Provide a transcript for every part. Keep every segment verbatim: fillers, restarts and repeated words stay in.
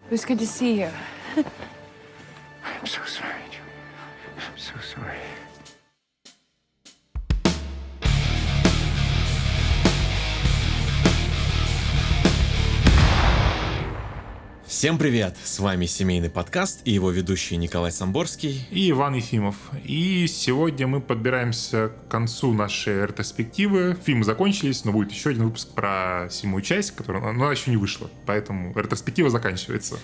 It was good to see you. I'm so sorry, Julia. I'm so sorry. Всем привет! С вами семейный подкаст и его ведущий Николай Самборский и Иван Ефимов. И сегодня мы подбираемся к концу нашей ретроспективы. Фильмы закончились, но будет еще один выпуск про седьмую часть, которая ну, она еще не вышла, поэтому ретроспектива заканчивается.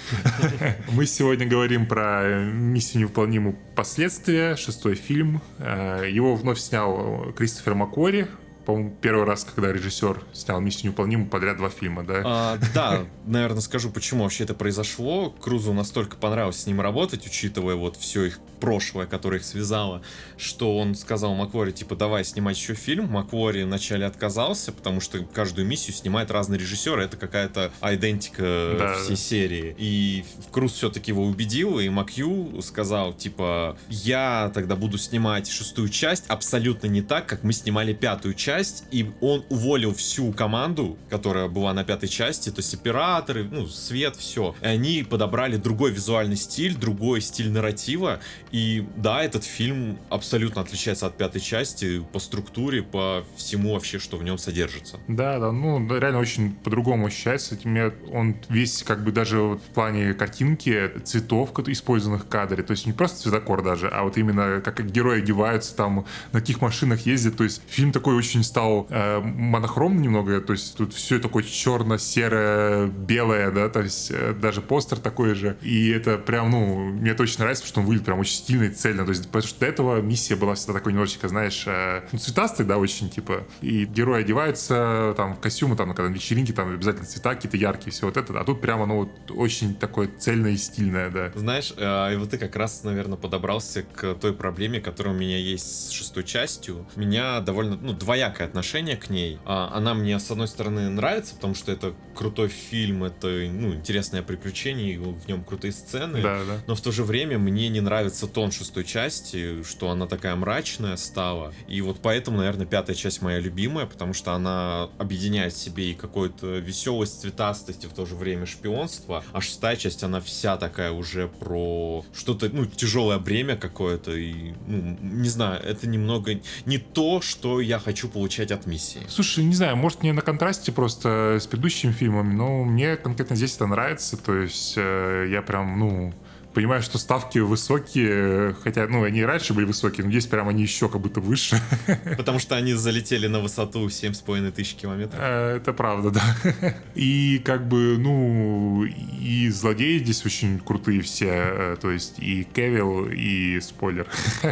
Мы сегодня говорим про «Миссию невыполнимую. Последствия», шестой фильм. Его вновь снял Кристофер Маккуари. По-моему, первый раз, когда режиссер снял «Миссию невыполнимую» подряд два фильма, да? А, да, наверное, скажу, почему вообще это произошло. Крузу настолько понравилось с ним работать, учитывая вот все их прошлое, которое их связало, что он сказал Маккуари, типа, давай снимать еще фильм. Маккуари вначале отказался, потому что каждую миссию снимает разный режиссер, это какая-то айдентика да, всей да. серии. И Круз все-таки его убедил, и Макью сказал, типа, я тогда буду снимать шестую часть абсолютно не так, как мы снимали пятую часть. Часть, и он уволил всю команду, которая была на пятой части, то есть операторы, ну, свет, все. И они подобрали другой визуальный стиль, другой стиль нарратива, и да, этот фильм абсолютно отличается от пятой части по структуре, по всему вообще, что в нем содержится. Да, да, ну, реально очень по-другому ощущается. Он весь, как бы, даже в плане картинки, цветов, использованных в кадре, то есть не просто цветокор даже, а вот именно как герои одеваются, там, на каких машинах ездят, то есть фильм такой очень стал э, монохромным немного, то есть тут все такое черно-серое, белое, да, то есть э, даже постер такой же, и это прям, ну, мне это очень нравится, потому что он выглядит прям очень стильно и цельно, то есть потому что до этого миссия была всегда такой немножечко, знаешь, э, ну, цветастой, да, очень, типа, и герои одеваются там в костюмы, там, когда на вечеринке, там обязательно цвета какие-то яркие, все вот это, а тут прямо, ну, вот очень такое цельное и стильное, да. Знаешь, э, и вот ты как раз, наверное, подобрался к той проблеме, которая у меня есть с шестой частью. Меня довольно, ну, двояко отношение к ней. Она мне, с одной стороны, нравится, потому что это крутой фильм, это, ну, интересное приключение, в нем крутые сцены, да, да. Но в то же время мне не нравится тон шестой части, что она такая мрачная стала. И вот поэтому, наверное, пятая часть моя любимая, потому что она объединяет в себе и какую-то веселость, цветастость, и в то же время шпионство. А шестая часть, она вся такая уже про что-то, ну, тяжелое бремя какое-то. И, ну, не знаю, это немного не то, что я хочу получить получать от миссии. Слушай, не знаю, может мне на контрасте просто с предыдущими фильмами, но мне конкретно здесь это нравится, то есть э, я прям, ну, понимаю, что ставки высокие, хотя, ну, они и раньше были высокие, но здесь прям они еще как будто выше. Потому что они залетели на высоту семь с половиной тысяч километров. Это правда, да. И как бы, ну, и злодеи здесь очень крутые все, то есть и Кевилл, и спойлер.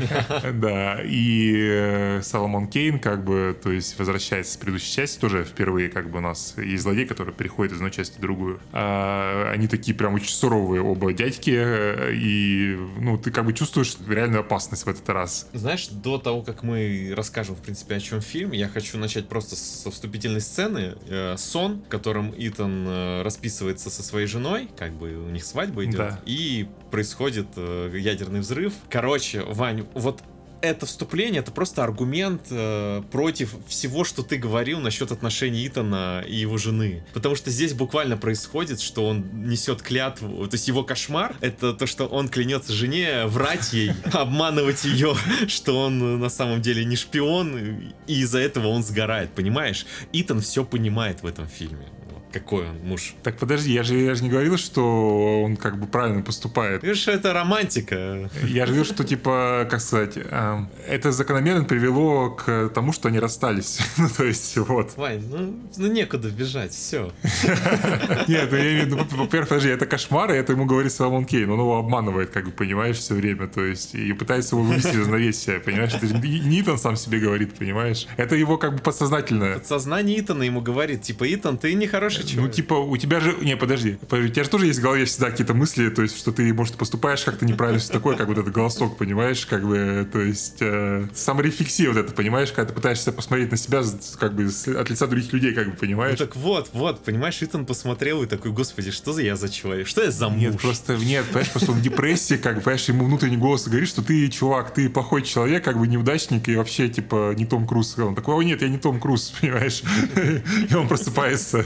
Да, и Соломон Кейн, как бы, то есть возвращается с предыдущей части, тоже впервые как бы у нас есть злодей, который переходит из одной части в другую. Они такие прям очень суровые оба дядьки, и, ну, ты как бы чувствуешь реальную опасность в этот раз. Знаешь, до того, как мы расскажем, в принципе, о чем фильм, я хочу начать просто со вступительной сцены. Э, сон, в котором Итан э, расписывается со своей женой, как бы у них свадьба идет, да. И происходит э, ядерный взрыв. Короче, Вань, вот это вступление, это просто аргумент э, против всего, что ты говорил насчет отношений Итана и его жены. Потому что здесь буквально происходит, что он несет клятву, то есть его кошмар, это то, что он клянется жене врать ей, обманывать ее, что он на самом деле не шпион, и из-за этого он сгорает, понимаешь? Итан все понимает в этом фильме. Какой он муж. Так подожди, я же, я же не говорил, что он как бы правильно поступает. Видишь, это романтика. Я же говорил, что типа, как сказать, э, это закономерно привело к тому, что они расстались. Ну, то есть, вот. Вань, ну, ну некуда бежать, все. Нет, ну я имею в виду, во-первых, подожди, это кошмар, и это ему говорит Соломон Кейн. Он его обманывает, как бы, понимаешь, все время, то есть, и пытается его вывести из равновесия, понимаешь? Это не Итан сам себе говорит, понимаешь? Это его как бы подсознательное. Подсознание Итана ему говорит, типа, Итан, ты нехороший. Ну, типа, у тебя же... Не, подожди. подожди. У тебя же тоже есть в голове всегда какие-то мысли, то есть, что ты, может, поступаешь как-то неправильно, все такое, как вот этот голосок, понимаешь, как бы, то есть, э, саморефлексия вот это, понимаешь, когда ты пытаешься посмотреть на себя, как бы, от лица других людей, как бы, понимаешь? Ну, так вот, вот, понимаешь, Итан посмотрел и такой, господи, что за я за человек, что я за муж? Нет, просто, нет, понимаешь, просто он в депрессии, как бы, понимаешь, ему внутренний голос говорит, что ты, чувак, ты плохой человек, как бы, неудачник и вообще, типа, не Том Круз. Он такой, о, нет, я не Том Круз, понимаешь? И он просыпается.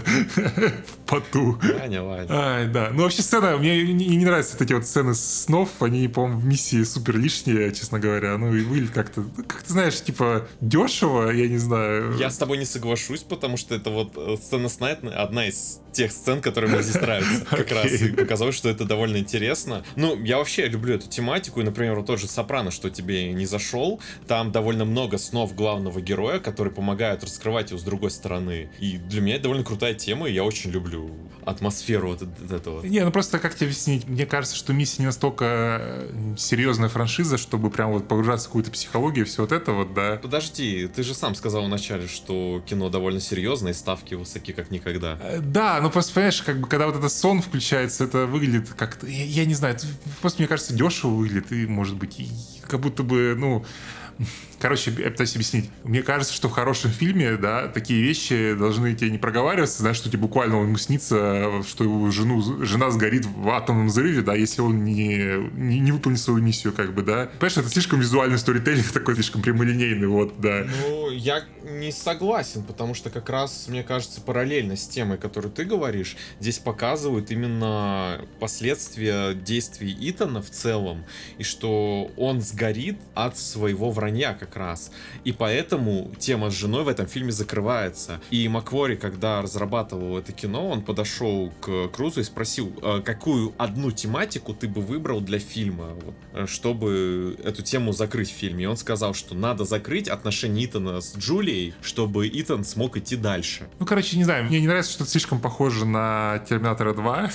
в поту. Ваня, Ваня. Ай, да. Ну, вообще сцена, мне не, не нравятся вот эти вот сцены снов, они, по-моему, в миссии супер лишние, честно говоря. Ну, и выглядит как-то, как ты знаешь, типа, дешево, я не знаю. Я с тобой не соглашусь, потому что это вот э, сцена сна, это одна из тех сцен, которые мне здесь нравятся. Как Окей. раз и показалось, что это довольно интересно. Ну, я вообще люблю эту тематику, и, например, вот тот же «Сопрано», что тебе не зашел, там довольно много снов главного героя, которые помогают раскрывать его с другой стороны. И для меня это довольно крутая тема, и я очень люблю атмосферу вот от этого. Не, ну просто как тебе объяснить? Мне кажется, что «Миссия» не настолько серьезная франшиза, чтобы прям вот погружаться в какую-то психологию, все вот это вот, да. Подожди, ты же сам сказал вначале, что кино довольно серьезное, и ставки высоки как никогда. Э, Да, ну просто понимаешь, как бы когда вот этот сон включается, это выглядит как-то, я, я не знаю, это просто мне кажется дешево выглядит и может быть и как будто бы, ну. Короче, я пытаюсь объяснить. Мне кажется, что в хорошем фильме, да, такие вещи должны тебе не проговариваться, знаешь, что тебе буквально ему снится, что его жену, жена сгорит в атомном взрыве, да, если он не, не, не выполнит свою миссию, как бы, да. Понимаешь, это слишком визуальный сторителлинг такой, слишком прямолинейный, вот, да. Ну, я не согласен, потому что как раз, мне кажется, параллельно с темой, которую ты говоришь, здесь показывают именно последствия действий Итана в целом, и что он сгорит от своего вранья как раз. И поэтому тема с женой в этом фильме закрывается. И Маквори, когда разрабатывал это кино, он подошел к Крузу и спросил, какую одну тематику ты бы выбрал для фильма, вот, чтобы эту тему закрыть в фильме. И он сказал, что надо закрыть отношения Итана с Джулией, чтобы Итан смог идти дальше. Ну, короче, не знаю, мне не нравится, что это слишком похоже на «Терминатора два».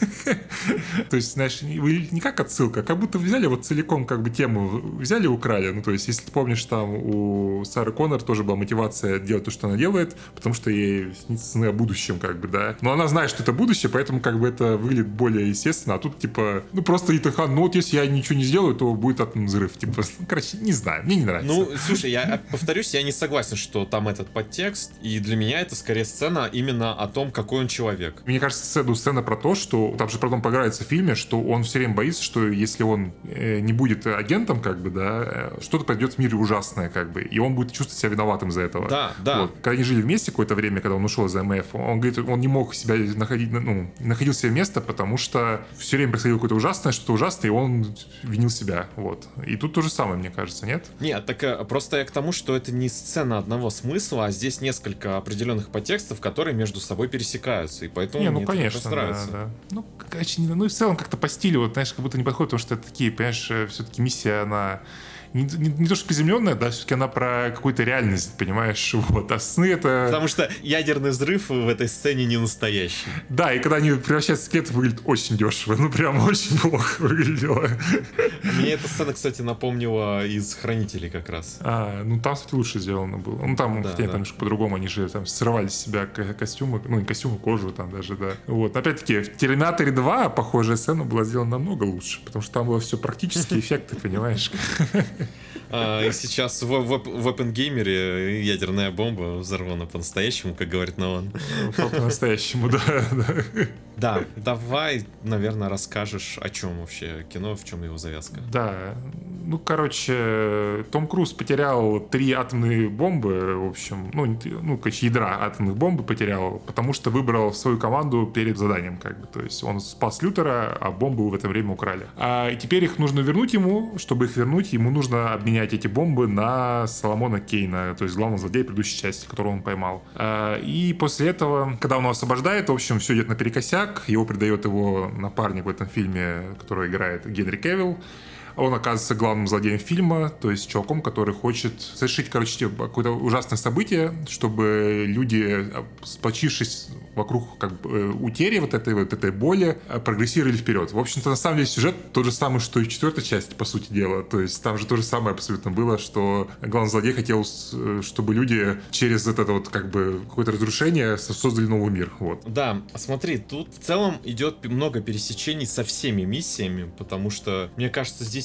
То есть, знаешь, не как отсылка, как будто взяли вот целиком как бы тему, взяли и украли. Ну, то есть, если ты помнишь, там у Сары Коннор тоже была мотивация делать то, что она делает, потому что ей снится сны о будущем, как бы, да. Но она знает, что это будущее, поэтому как бы это выглядит более естественно. А тут, типа, ну, просто Итан Хан, ну, вот если я ничего не сделаю, то будет атомный взрыв. Типа, ну, короче, не знаю, мне не нравится. Ну, слушай, я повторюсь, я не согласен, что там этот подтекст, и для меня это скорее сцена именно о том, какой он человек. Мне кажется, сцена, сцена про то, что там же потом поиграется в фильме, что он все время боится, что если он э, не будет агентом, как бы, да, э, что-то пойдет в мире ужасное, как бы, и он будет чувствовать себя виноватым за этого. Да, да. Вот. Когда они жили вместе какое-то время, когда он ушел из эм эф, он говорит, он не мог себя находить, ну, находил себе место, потому что все время происходило какое-то ужасное, что-то ужасное, и он винил себя, вот. И тут то же самое, мне кажется, нет? Нет, так э, просто я к тому, что это не сцена одного смысла, а здесь несколько определенных подтекстов, которые между собой пересекаются, и поэтому Не, ну мне это конечно, как раз нравится. да, да. Ну, короче, ну и в целом как-то по стилю, вот, знаешь, как будто не подходит, потому что это такие, понимаешь, все-таки миссия, она не, не, не то что приземленная, да, все-таки она про какую-то реальность, понимаешь, вот, а сны это... Потому что ядерный взрыв в этой сцене не настоящий. Да, и когда они превращаются в скелет, выглядит очень дешево, ну прям очень плохо выглядело. Мне эта сцена, кстати, напомнила из «Хранителей» как раз. А, ну там, кстати, лучше сделано было. Ну там, Да, хотя да. там немножко по-другому, они же там срывали с себя ко- костюмы, ну не костюмы, кожу там даже, да. Вот, опять-таки, в «Терминаторе два» похожая сцена была сделана намного лучше, потому что там было все практические эффекты, понимаешь? А, и сейчас в, в, в Оппенгеймере ядерная бомба взорвана по-настоящему, как говорит Нолан. По-настоящему, да, да. Да, давай, наверное, расскажешь, о чем вообще кино, в чем его завязка. Да, ну, короче, Том Круз потерял три атомные бомбы, в общем, ну, не- ну, короче, ядра атомных бомбы потерял, потому что выбрал свою команду перед заданием, как бы, то есть он спас Лютера, а бомбы в это время украли. А, и теперь их нужно вернуть ему, чтобы их вернуть, ему нужно обменять эти бомбы на Соломона Кейна, то есть главного злодея предыдущей части, которого он поймал. А, и после этого, когда он его освобождает, в общем, все идет наперекосяк, его предает его напарник в этом фильме, который играет Генри Кевилл. Он оказывается главным злодеем фильма, то есть чуваком, который хочет совершить, короче, какое-то ужасное событие, чтобы люди, сплочившись вокруг как бы утери вот этой вот этой боли, прогрессировали вперед. В общем-то, на самом деле, сюжет тот же самый, что и в четвертой части, по сути дела. То есть там же то же самое абсолютно было, что главный злодей хотел, чтобы люди через вот это вот как бы какое-то разрушение создали новый мир. Вот. Да, смотри, тут в целом идет много пересечений со всеми миссиями, потому что, мне кажется, здесь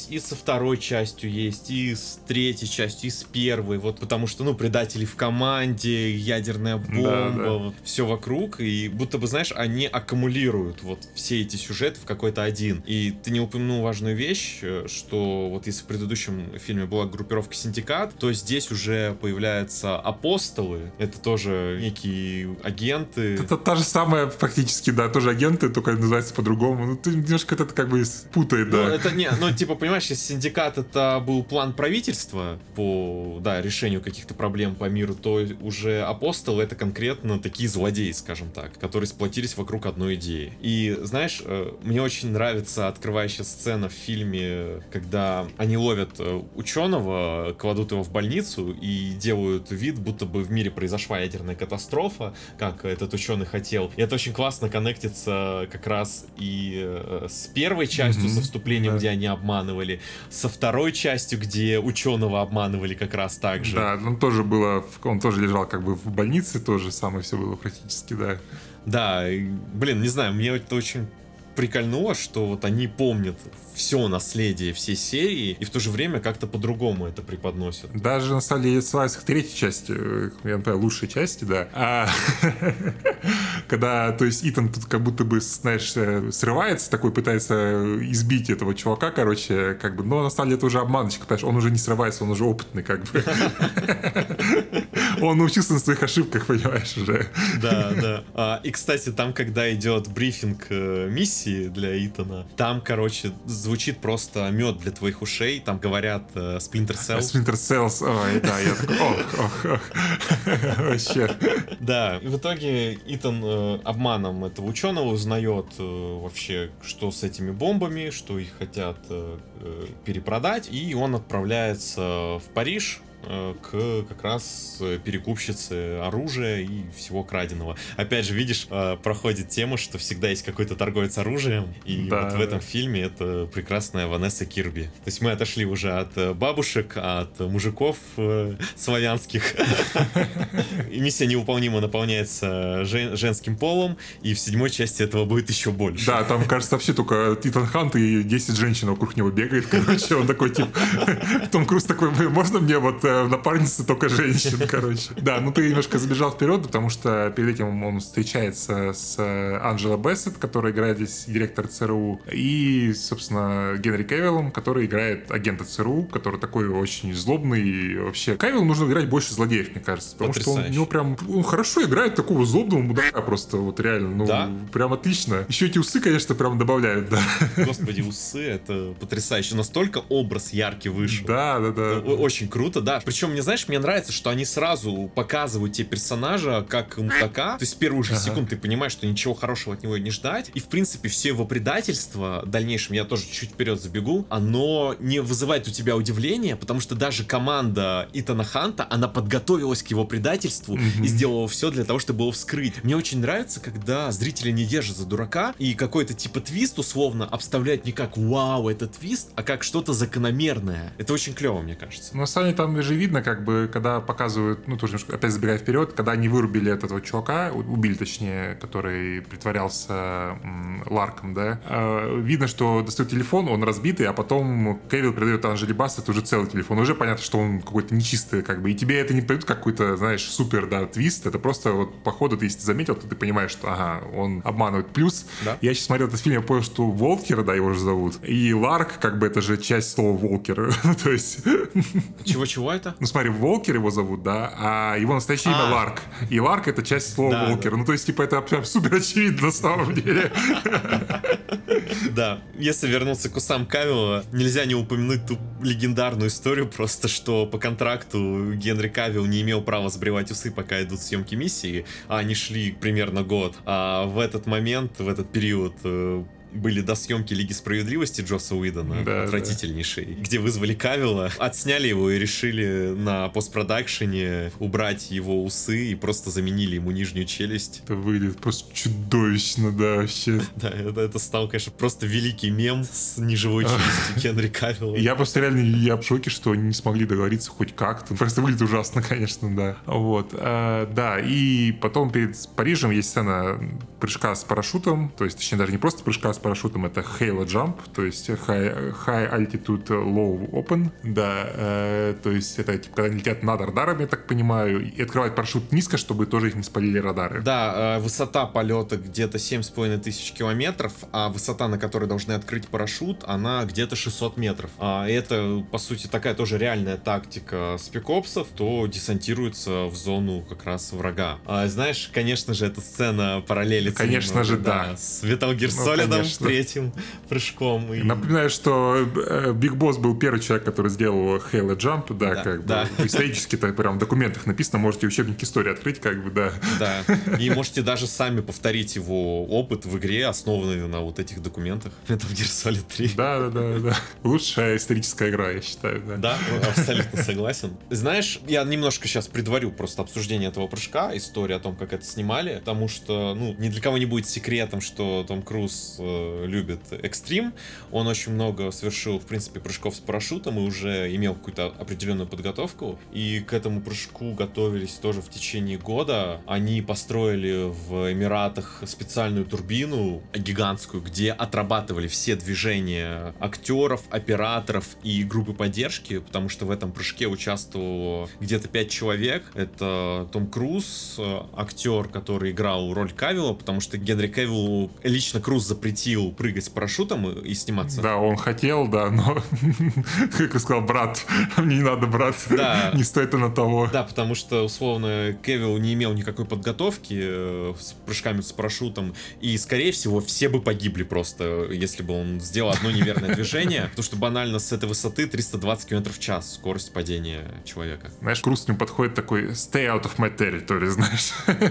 есть и со второй частью есть, и с третьей частью, и с первой, вот потому что, ну, предатели в команде, ядерная бомба, Да, да. вот, все вокруг, и будто бы, знаешь, они аккумулируют вот все эти сюжеты в какой-то один. И ты не упомянул важную вещь, что вот если в предыдущем фильме была группировка Синдикат, то здесь уже появляются апостолы, это тоже некие агенты. Это та же самая, фактически, да, тоже агенты, только называется по-другому. Ну, ты немножко это как бы путает, Ну, да. это не, ну, типа, понимаешь, если Синдикат это был план правительства по, да, решению каких-то проблем по миру, то уже апостолы это конкретно такие злодеи, скажем так, которые сплотились вокруг одной идеи. И, знаешь, э, мне очень нравится открывающая сцена в фильме, когда они ловят э, ученого, кладут его в больницу и делают вид, будто бы в мире произошла ядерная катастрофа, как этот ученый хотел. И это очень классно коннектится как раз и э, с первой частью, Мгм. со вступлением, Да. где они обманывали, со второй частью, где ученого обманывали как раз так же. Да, он тоже было, в- он тоже лежал как бы в больнице, тоже самое все было практически, да. Да, и, блин, не знаю, мне это очень прикольнуло, что вот они помнят все наследие всей серии и в то же время как-то по-другому это преподносят. Даже на самом деле ссылаюсь к третьей части, э, я например, лучшей части, да. А, когда, то есть, Итан тут как будто бы, знаешь, э, срывается, такой пытается избить этого чувака, короче, как бы, но на самом деле это уже обманочка, понимаешь, он уже не срывается, он уже опытный, как бы. Он научился на своих ошибках, понимаешь, уже. Да, да. А, и, кстати, там, когда идет брифинг э, миссии для Итана, там, короче, звучит просто мед для твоих ушей. Там говорят э, Splinter Cell. Splinter Cells, ой, да, я такой, ох, ох, ох. Вообще. Да, и в итоге Итан э, обманом этого ученого узнает э, вообще, что с этими бомбами, что их хотят э, э, перепродать, и он отправляется в Париж э, к как раз э, перекупщице оружия и всего краденого. Опять же, видишь, э, проходит тема, что всегда есть какой-то торговец оружием, и Да, вот в да. этом фильме это прекрасная Ванесса Кирби. То есть мы отошли уже от э, бабушек, от мужиков э, славянских. И миссия невыполнима наполняется жен- женским полом, и в седьмой части этого будет еще больше. Да, там, кажется, вообще только Итан Хант и десять женщин вокруг него бегает, короче, он такой, типа, Том Круз такой, «Блин, можно мне вот э, напарница только женщин, короче. Да, ну ты немножко забежал вперед, потому что перед этим он встречается с э, Анджело Бессет, которая играет здесь директор ЦРУ, и, собственно, Генри Кевиллом, который играет агента ЦРУ, который такой очень злобный, и вообще Кевиллу нужно играть больше злодеев, мне кажется, потому что он, у Потрясающе. него прям, он хорошо играет такого злобного мудака просто, вот реально, ну, Да? прям отлично. Еще эти усы, конечно, прям добавляют, да. Господи, усы, это потрясающе. Настолько образ яркий вышел. Да, да, да. О- Очень круто, да. Причем, мне знаешь, мне нравится, что они сразу показывают тебе персонажа как мудака. То есть с первых же Ага. секунд ты понимаешь, что ничего хорошего от него не ждать. И, в принципе, все его предательства, в дальнейшем, я тоже чуть вперед забегу, оно не вызывает у тебя удивления, потому что даже команда Итана Ханта, она подготовилась к его предательству Мгм. и сделала все для того, чтобы его вскрыть. Мне очень нравится, когда зрители не держат за дурака и какой-то типа твист условно обставляют не как «Вау, это твист», а как что-то закономерное. Это очень клево, мне кажется. Ну, на самом деле, там же видно, как бы, когда показывают, ну, тоже немножко, опять забегая вперед, когда они вырубили этого чувака, у- убили, точнее, который притворялся м, Ларком, да, э, видно, что достает телефон, он разбитый, а потом Кевилл передает Анжели Бассет уже целый телефон. Уже понятно, что он какой-то нечистый, как бы, и тебе это не дают как какой-то, знаешь, супер, да, твист, это просто вот по ходу, ты, если ты заметил, то ты понимаешь, что, ага, он обманывает. Плюс, Да. я сейчас смотрел этот фильм, я понял, что Волкер, да, его же зовут, и Ларк, как бы, это же часть слова Волкер, то есть... Чего-чего это? Ну смотри, Волкер его зовут, да, а его настоящее имя А. Ларк. И Ларк — это часть слова Да, Волкер. да. Ну то есть, типа, это прям супер очевидно на самом деле. Да, если вернуться к усам Кавилла, нельзя не упомянуть ту легендарную историю просто, что по контракту Генри Кавилл не имел права сбривать усы, пока идут съемки миссии, а они шли примерно год. А в этот момент, в этот период э, были до съемки Лиги Справедливости Джосса Уидона, Да, отвратительнейший, где вызвали Кавилла, отсняли его и решили на постпродакшене убрать его усы и просто заменили ему нижнюю челюсть. Это выглядит просто чудовищно, да, вообще. Да, это, это стал, конечно, просто великий мем с неживой челюстью Генри Кавилла. Я просто реально, я в шоке, что они не смогли договориться хоть как-то. Просто выглядит ужасно, конечно, да. Вот, а, да, и потом перед Парижем есть сцена прыжка с парашютом, то есть, точнее, даже не просто прыжка с парашютом, это Halo Jump, то есть High, high Altitude Low Open, да, э, то есть это типа, когда они летят над радарами, я так понимаю, и открывают парашют низко, чтобы тоже их не спалили радары. Да, э, высота полета где-то семь с половиной тысяч километров, а высота, на которой должны открыть парашют, она где-то шестьсот метров. А это, по сути, такая тоже реальная тактика спекопсов, то десантируется в зону как раз врага. А, знаешь, конечно же, эта сцена параллелится. Конечно немного, же, да. С Metal Gear Ну, Solid конечно. третьим прыжком. И... Напоминаю, что Биг Босс был первый человек, который сделал Halo Jump, да, Да, как да. бы исторически-то прям в документах написано, можете учебник истории открыть, как бы, да. Да, и можете даже сами повторить его опыт в игре, основанный на вот этих документах Metal Gear Solid три. Да, да, да, да. Лучшая историческая игра, я считаю, да. Да, абсолютно согласен. Знаешь, я немножко сейчас предварю просто обсуждение этого прыжка, историю о том, как это снимали, потому что, ну, ни для кого не будет секретом, что Том Круз э, любит экстрим. Он очень много совершил, в принципе, прыжков с парашютом и уже имел какую-то определенную подготовку. И к этому прыжку готовились тоже в течение года. Они построили в Эмиратах специальную турбину гигантскую, где отрабатывали все движения актеров, операторов и группы поддержки, потому что в этом прыжке участвовало где-то пять человек. Это Том Круз, актер, который играл роль Кавилла, потому что Генри Кавиллу лично Круз запретил прыгать с парашютом и, и сниматься. Да, он хотел, да, но, как я сказал, брат, мне не надо, брат, Да. не стоит оно того. Да, потому что, условно, Кевилл не имел никакой подготовки э, с прыжками с парашютом, и, скорее всего, все бы погибли просто, если бы он сделал одно неверное движение, потому что банально с этой высоты триста двадцать километров в час скорость падения человека. Знаешь, Круз к нему подходит такой stay out of my territory, знаешь.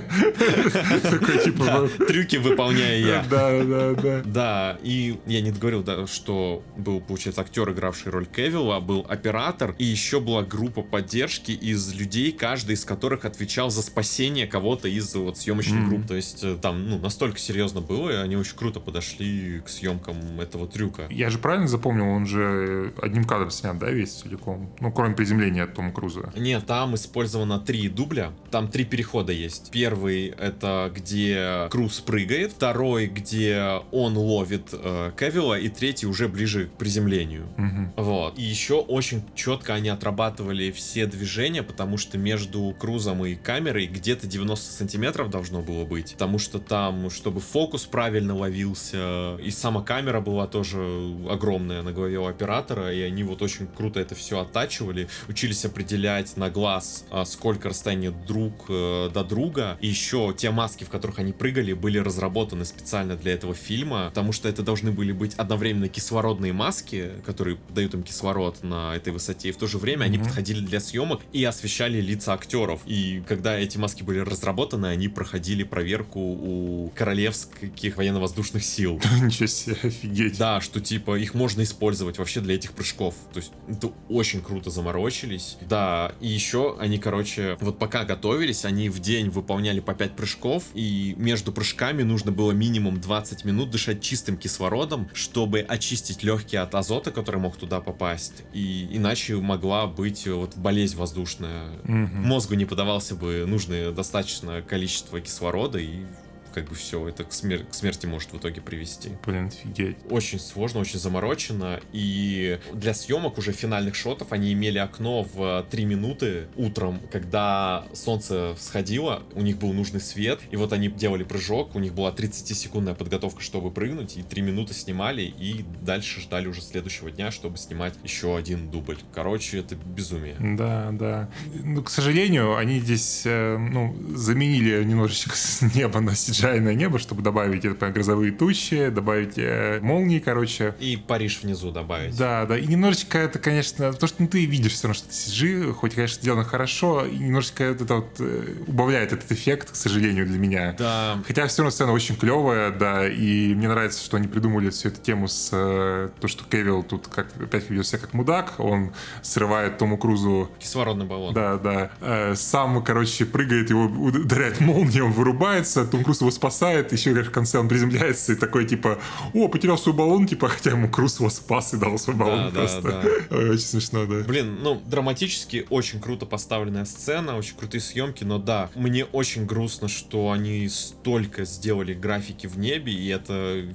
Такой, типа... Да, трюки выполняю я. Да, да, да. Да, и я не договорил, да, что был, получается, актер, игравший роль Кевилла, был оператор, и еще была группа поддержки из людей, каждый из которых отвечал за спасение кого-то из вот съемочных Mm-hmm. групп. То есть э, там, ну, настолько серьезно было, и они очень круто подошли к съемкам этого трюка. Я же правильно запомнил, он же одним кадром снят, да, весь целиком? Ну, кроме приземления Тома Круза. Нет, там использовано три дубля, там три перехода есть. Первый — это где Круз прыгает, второй — где он ловит э, Кевилла, и третий уже ближе к приземлению. Угу. Вот. И еще очень четко они отрабатывали все движения, потому что между Крузом и камерой где-то девяносто сантиметров должно было быть, потому что там, чтобы фокус правильно ловился, и сама камера была тоже огромная на голове у оператора, и они вот очень круто это все оттачивали, учились определять на глаз, а, сколько расстояние друг э, до друга, и еще те маски, в которых они прыгали, были разработаны специально для этого фильма, потому что это должны были быть одновременно кислородные маски, которые дают им кислород на этой высоте, и в то же время mm-hmm. они подходили для съемок и освещали лица актеров. И когда эти маски были разработаны, они проходили проверку у королевских военно-воздушных сил. Ничего себе, офигеть. Да, что типа их можно использовать вообще для этих прыжков. То есть это очень круто заморочились. Да, и еще они, короче, вот пока готовились, они в день выполняли по пять прыжков, и между прыжками нужно было минимум двадцать минут дышать чистым кислородом, чтобы очистить легкие от азота, который мог туда попасть. И иначе могла быть вот болезнь воздушная. Угу. Мозгу не подавался бы нужное достаточное количество кислорода, и как бы все это к, смер- к смерти может в итоге привести. Блин, офигеть. Очень сложно, очень заморочено. И для съемок уже финальных шотов они имели окно в три минуты утром, когда солнце всходило, у них был нужный свет, и вот они делали прыжок, у них была тридцатисекундная подготовка, чтобы прыгнуть, и три минуты снимали, и дальше ждали уже следующего дня, чтобы снимать еще один дубль. Короче, это безумие. Да, да. Ну, к сожалению, они здесь, э, ну, заменили немножечко с неба на си джи ай-ное небо, чтобы добавить это, грозовые тучи, добавить э, молнии, короче. И Париж внизу добавить. Да, да. И немножечко это, конечно, то, что ну, ты видишь все равно, что это си джи, хоть, конечно, сделано хорошо, и немножечко это вот э, убавляет этот эффект, к сожалению, для меня. Да. Хотя все равно сцена очень клевая, да, и мне нравится, что они придумали всю эту тему с э, то, что Кевилл тут как, опять ведет себя как мудак, он срывает Тому Крузу Кислородный баллон. Да, да. Э, сам, короче, прыгает, его ударяет молния, он вырубается, Том Круз его спасает, еще, конечно, в конце он приземляется и такой, типа, о, потерял свой баллон, типа, хотя ему Круз его спас и дал свой баллон да, просто. Да, да. Ой, очень смешно, да. Блин, ну, драматически очень круто поставленная сцена, очень крутые съемки, но да, мне очень грустно, что они столько сделали графики в небе, и это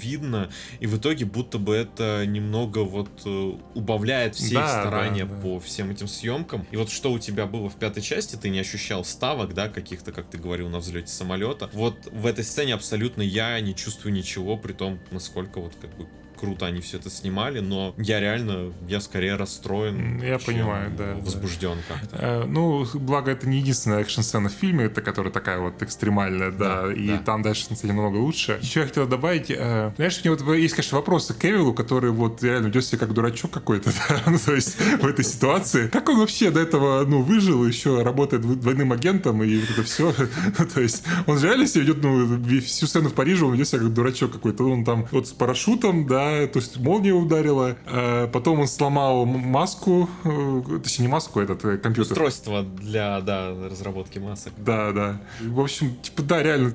видно, и в итоге будто бы это немного вот э, убавляет все Да, их старания да, да. по всем этим съемкам. И вот что у тебя было в пятой части, ты не ощущал ставок, да, каких-то, как ты говорил, на взлете самолета. Вот в этой сцене абсолютно я не чувствую ничего, при том, насколько вот как бы круто они все это снимали, но я реально, я скорее расстроен, Я чем понимаю, да, возбужден да. как-то. Э, ну, благо, это не единственная экшн-сцена в фильме, это которая такая вот экстремальная, да, Да, и да. там дальше, кстати, намного лучше. Еще я хотел добавить, э, знаешь, у меня вот есть, конечно, вопросы к Кевиллу, который вот реально ведет себя как дурачок какой-то, да, ну, то есть в этой ситуации. Как он вообще до этого, ну, выжил, еще работает двойным агентом и вот это все, то есть он же реально себя ведет, ну, всю сцену в Париже, он ведет себя как дурачок какой-то, он там вот с парашютом, да, то есть молния ударила, э, потом он сломал м- маску, э, точнее не маску, этот э, компьютер. Устройство для, да, разработки масок. Да, да. В общем, типа, да, реально.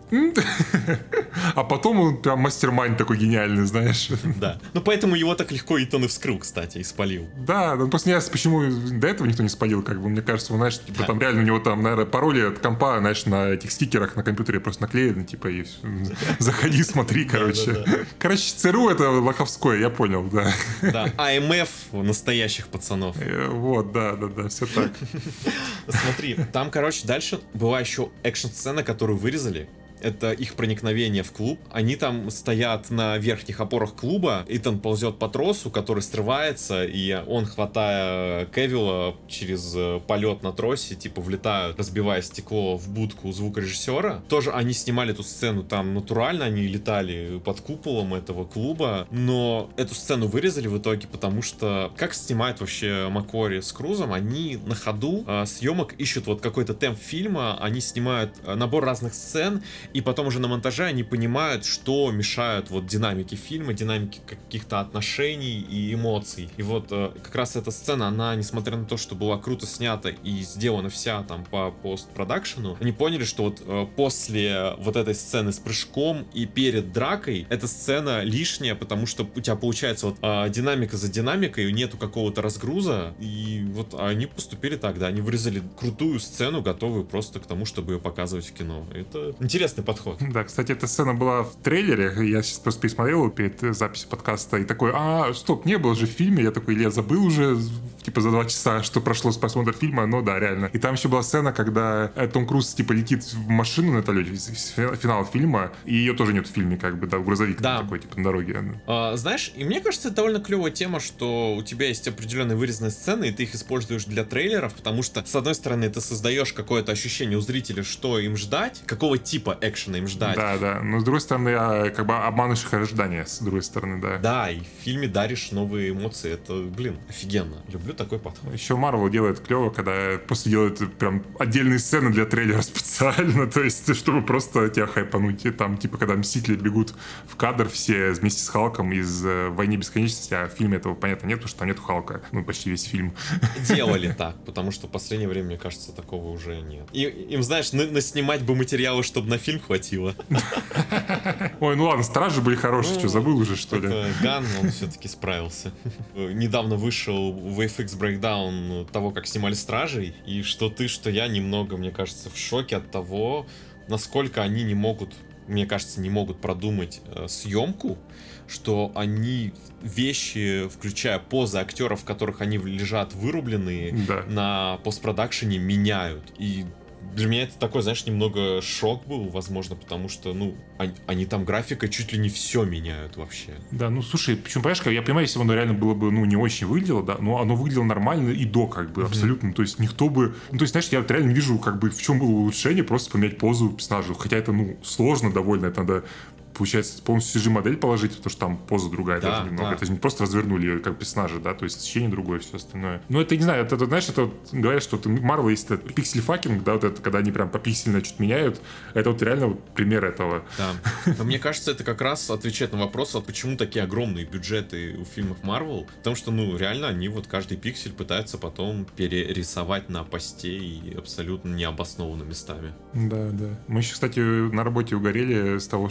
А потом он прям мастер-майнд такой гениальный, знаешь. Да. Ну поэтому его так легко Итан и вскрыл, кстати, и спалил. Да, ну просто не ясно, почему до этого никто не спалил, как бы, мне кажется, он, знаешь, типа, Да. там реально у него там, наверное, пароли от компа, знаешь, на этих стикерах на компьютере просто наклеены, типа, и всё. Заходи, смотри, короче. Да-да-да. Короче, ЦРУ это лоховское, я понял, да. Да, АМФ настоящих пацанов. Э, Вот, да, да, да, все так. Смотри, там, короче, дальше была еще экшн-сцена, которую вырезали. Это их проникновение в клуб. Они там стоят на верхних опорах клуба. Итан ползет по тросу, который срывается, и он, хватая Кевилла через э, полет на тросе, типа влетают, разбивая стекло в будку звукорежиссера. Тоже они снимали эту сцену там натурально, они летали под куполом этого клуба, но эту сцену вырезали в итоге, потому что как снимает вообще Маккуари с Крузом, они на ходу э, съемок ищут вот какой-то темп фильма, они снимают э, набор разных сцен, и потом уже на монтаже они понимают, что мешают вот динамике фильма, динамике каких-то отношений и эмоций. И вот э, как раз эта сцена, она, несмотря на то, что была круто снята и сделана вся там по постпродакшену, они поняли, что вот э, после вот этой сцены с прыжком и перед дракой, эта сцена лишняя, потому что у тебя получается вот э, динамика за динамикой, нету какого-то разгруза, и вот они поступили так, да, они вырезали крутую сцену, готовую просто к тому, чтобы ее показывать в кино. Это интересный подход. Да, кстати, эта сцена была в трейлере, я сейчас просто пересмотрел его перед записью подкаста, и такой, а, стоп, не было же в фильме, я такой, я забыл уже, типа, за два часа, что прошло с просмотра фильма, но да, реально. И там еще была сцена, когда э, Том Круз, типа, летит в машину на вертолете, финал фильма, и ее тоже нет в фильме, как бы, да, грузовик Да. такой, типа, на дороге. А, знаешь, и мне кажется, это довольно клевая тема, что у тебя есть определенные вырезанные сцены, и ты их используешь для трейлеров, потому что, с одной стороны, ты создаешь какое-то ощущение у зрителя, что им ждать, какого типа экшена им ждать. Да, да, но с другой стороны, а, как бы обманываешь их ожидания, с другой стороны, да. Да, и в фильме даришь новые эмоции, это, блин, офигенно. Люблю такой подход. Еще Marvel делает клево, когда просто делает прям отдельные сцены для трейлера специально, то есть, чтобы просто тебя хайпануть. И там, типа, когда Мстители бегут в кадр все вместе с Халком из э, «Войны бесконечности», а в фильме этого, понятно, нет, потому что там нет Халка, ну, почти весь фильм. Делали так, потому что в последнее время, мне кажется, такого уже нет. И, им, знаешь, на, наснимать бы материалы, чтобы на фильм хватило. Ой, ну ладно, «Стражи» были хорошие, Ну, что, забыл уже, что ли? Это Ган, он все-таки справился. Недавно вышел ви эф икс брейкдаун того, как снимали «Стражей», и что ты, что я немного, мне кажется, в шоке от того, насколько они не могут, мне кажется, не могут продумать э, съемку, что они вещи, включая позы актеров, в которых они лежат вырубленные, Да. на постпродакшене меняют. И для меня это такой, знаешь, немного шок был, возможно, потому что, ну, они, они там графикой чуть ли не все меняют вообще. Да, ну слушай, почему, понимаешь, как- я понимаю, если бы оно реально было бы, ну, не очень выглядело, да, но оно выглядело нормально и до, как бы, абсолютно, то есть никто бы, ну, то есть, знаешь, я вот реально не вижу, как бы, в чем было улучшение, просто поменять позу персонажа, хотя это, ну, сложно довольно, это надо, получается, полностью си джи-модель положить, потому что там поза другая Да, даже немного, да. это же не просто развернули ее как персонажа, да, то есть освещение другое, все остальное. Ну, это, не знаю, это, это, знаешь, это вот, говорят, что Марвел есть этот пиксель-факинг, да, вот это, когда они прям попиксельно чуть меняют, это вот реально вот пример этого. Да. Но мне кажется, это как раз отвечает на вопрос, а почему такие огромные бюджеты у фильмов Marvel. Потому что, ну, реально, они вот каждый пиксель пытаются потом перерисовать на посте и абсолютно необоснованно местами. Да, да. Мы еще, кстати, на работе угорели с того, что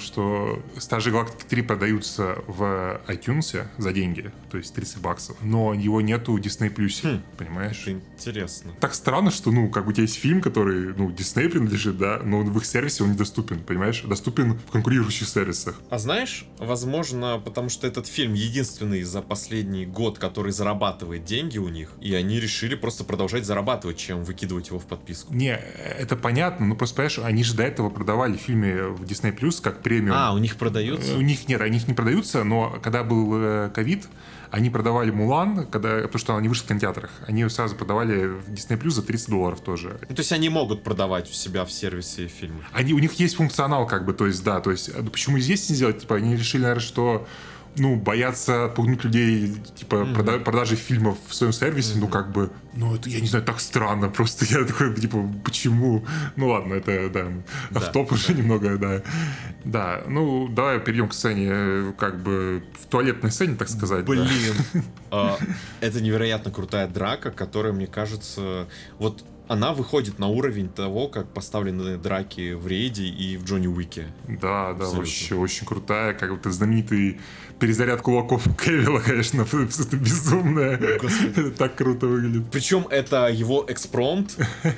что «Стражи Галактики три» продаются в iTunes за деньги, то есть тридцать баксов, но его нету в Disney+, Хм, понимаешь? Это интересно. Так странно, что, ну, как бы у тебя есть фильм, который, ну, Disney принадлежит, да, но в их сервисе он недоступен, понимаешь? Доступен в конкурирующих сервисах. А знаешь, возможно, потому что этот фильм единственный за последний год, который зарабатывает деньги у них, и они решили просто продолжать зарабатывать, чем выкидывать его в подписку. Не, это понятно, но просто, понимаешь, они же до этого продавали фильмы в Disney Plus как премиум. А, у них продаются? У них нет, у них не продаются, но когда был ковид, они продавали «Мулан», когда, потому что она не вышла в кинотеатрах. Они ее сразу продавали в Disney Plus за тридцать долларов тоже. Ну, то есть они могут продавать у себя в сервисе фильмы? Они, у них есть функционал, как бы, то есть, да, то есть, почему здесь не сделать? Типа, они решили, наверное, что ну, боятся отпугнуть людей, типа, mm-hmm. прода- продажи фильмов в своем сервисе, mm-hmm. ну, как бы, ну, это, я не знаю, так странно, просто я такой, типа, почему? Ну, ладно, это, да, да автоп уже да. немного, да. Да, ну, давай перейдем к сцене, как бы, в туалетной сцене, так сказать. Блин, да. Это невероятно крутая драка, которая, мне кажется, вот она выходит на уровень того, как поставлены драки в Рейде и в Джонни Уике. Да, да, абсолютно. Вообще очень крутая, как вот знаменитый перезаряд кулаков Кевилла, конечно, это безумное. Это так круто выглядит. Причем это его экспромт.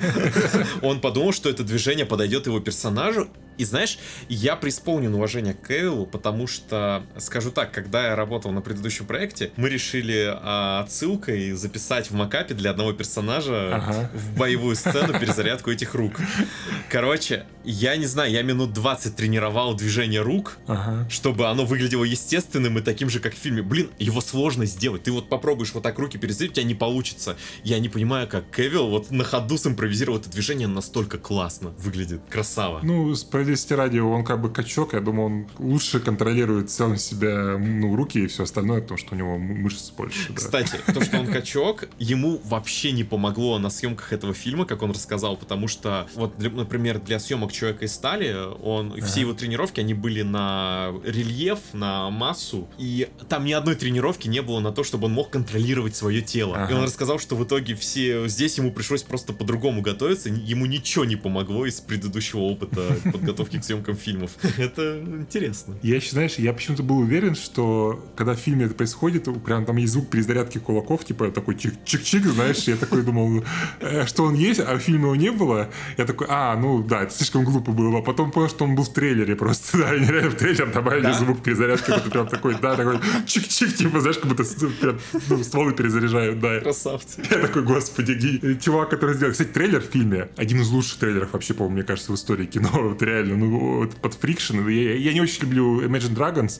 Он подумал, что это движение подойдет его персонажу. И знаешь, я преисполнен уважения к Кевиллу, потому что, скажу так, когда я работал на предыдущем проекте, мы решили а, отсылкой записать в макапе для одного персонажа ага. в боевую сцену перезарядку этих рук. Короче, я не знаю, я минут двадцать тренировал движение рук, ага. чтобы оно выглядело естественным и таким же, как в фильме. Блин, его сложно сделать. Ты вот попробуешь вот так руки перезарядить, у тебя не получится. Я не понимаю, как Кевилл вот на ходу симпровизировал это движение, настолько классно выглядит. Красава. Ну, справедливости ради, он как бы качок, я думаю, он лучше контролирует в целом себя, ну, руки и все остальное, потому что у него мышц больше. Да. Кстати, то, что он качок, ему вообще не помогло на съемках этого фильма, как он рассказал, потому что, вот, для, например, для съемок «Человека из стали», он, ага. все его тренировки, они были на рельеф, на массу, и там ни одной тренировки не было на то, чтобы он мог контролировать свое тело. Ага. И он рассказал, что в итоге все здесь ему пришлось просто по-другому готовиться, ему ничего не помогло из предыдущего опыта подготовки к съемкам фильмов. Это интересно. Я еще, знаешь, я почему-то был уверен, что когда в фильме это происходит, прям там есть звук перезарядки кулаков, типа такой чик-чик-чик, знаешь, я такой думал, что он есть, а в фильме его не было. Я такой, а, ну да, это слишком глупо было. А потом понял, что он был в трейлере просто, да, они реально в трейлер добавили да? звук перезарядки, это прям такой, да, такой чик-чик, типа, знаешь, как будто прям, ну, стволы перезаряжают, да. Красавцы. Я такой, господи, чувак, который сделал. Кстати, трейлер в фильме, один из лучших трейлеров вообще, по-моему, мне кажется, в истории кино, вот реально, ну, вот под Friction. Я, я не очень люблю Imagine Dragons,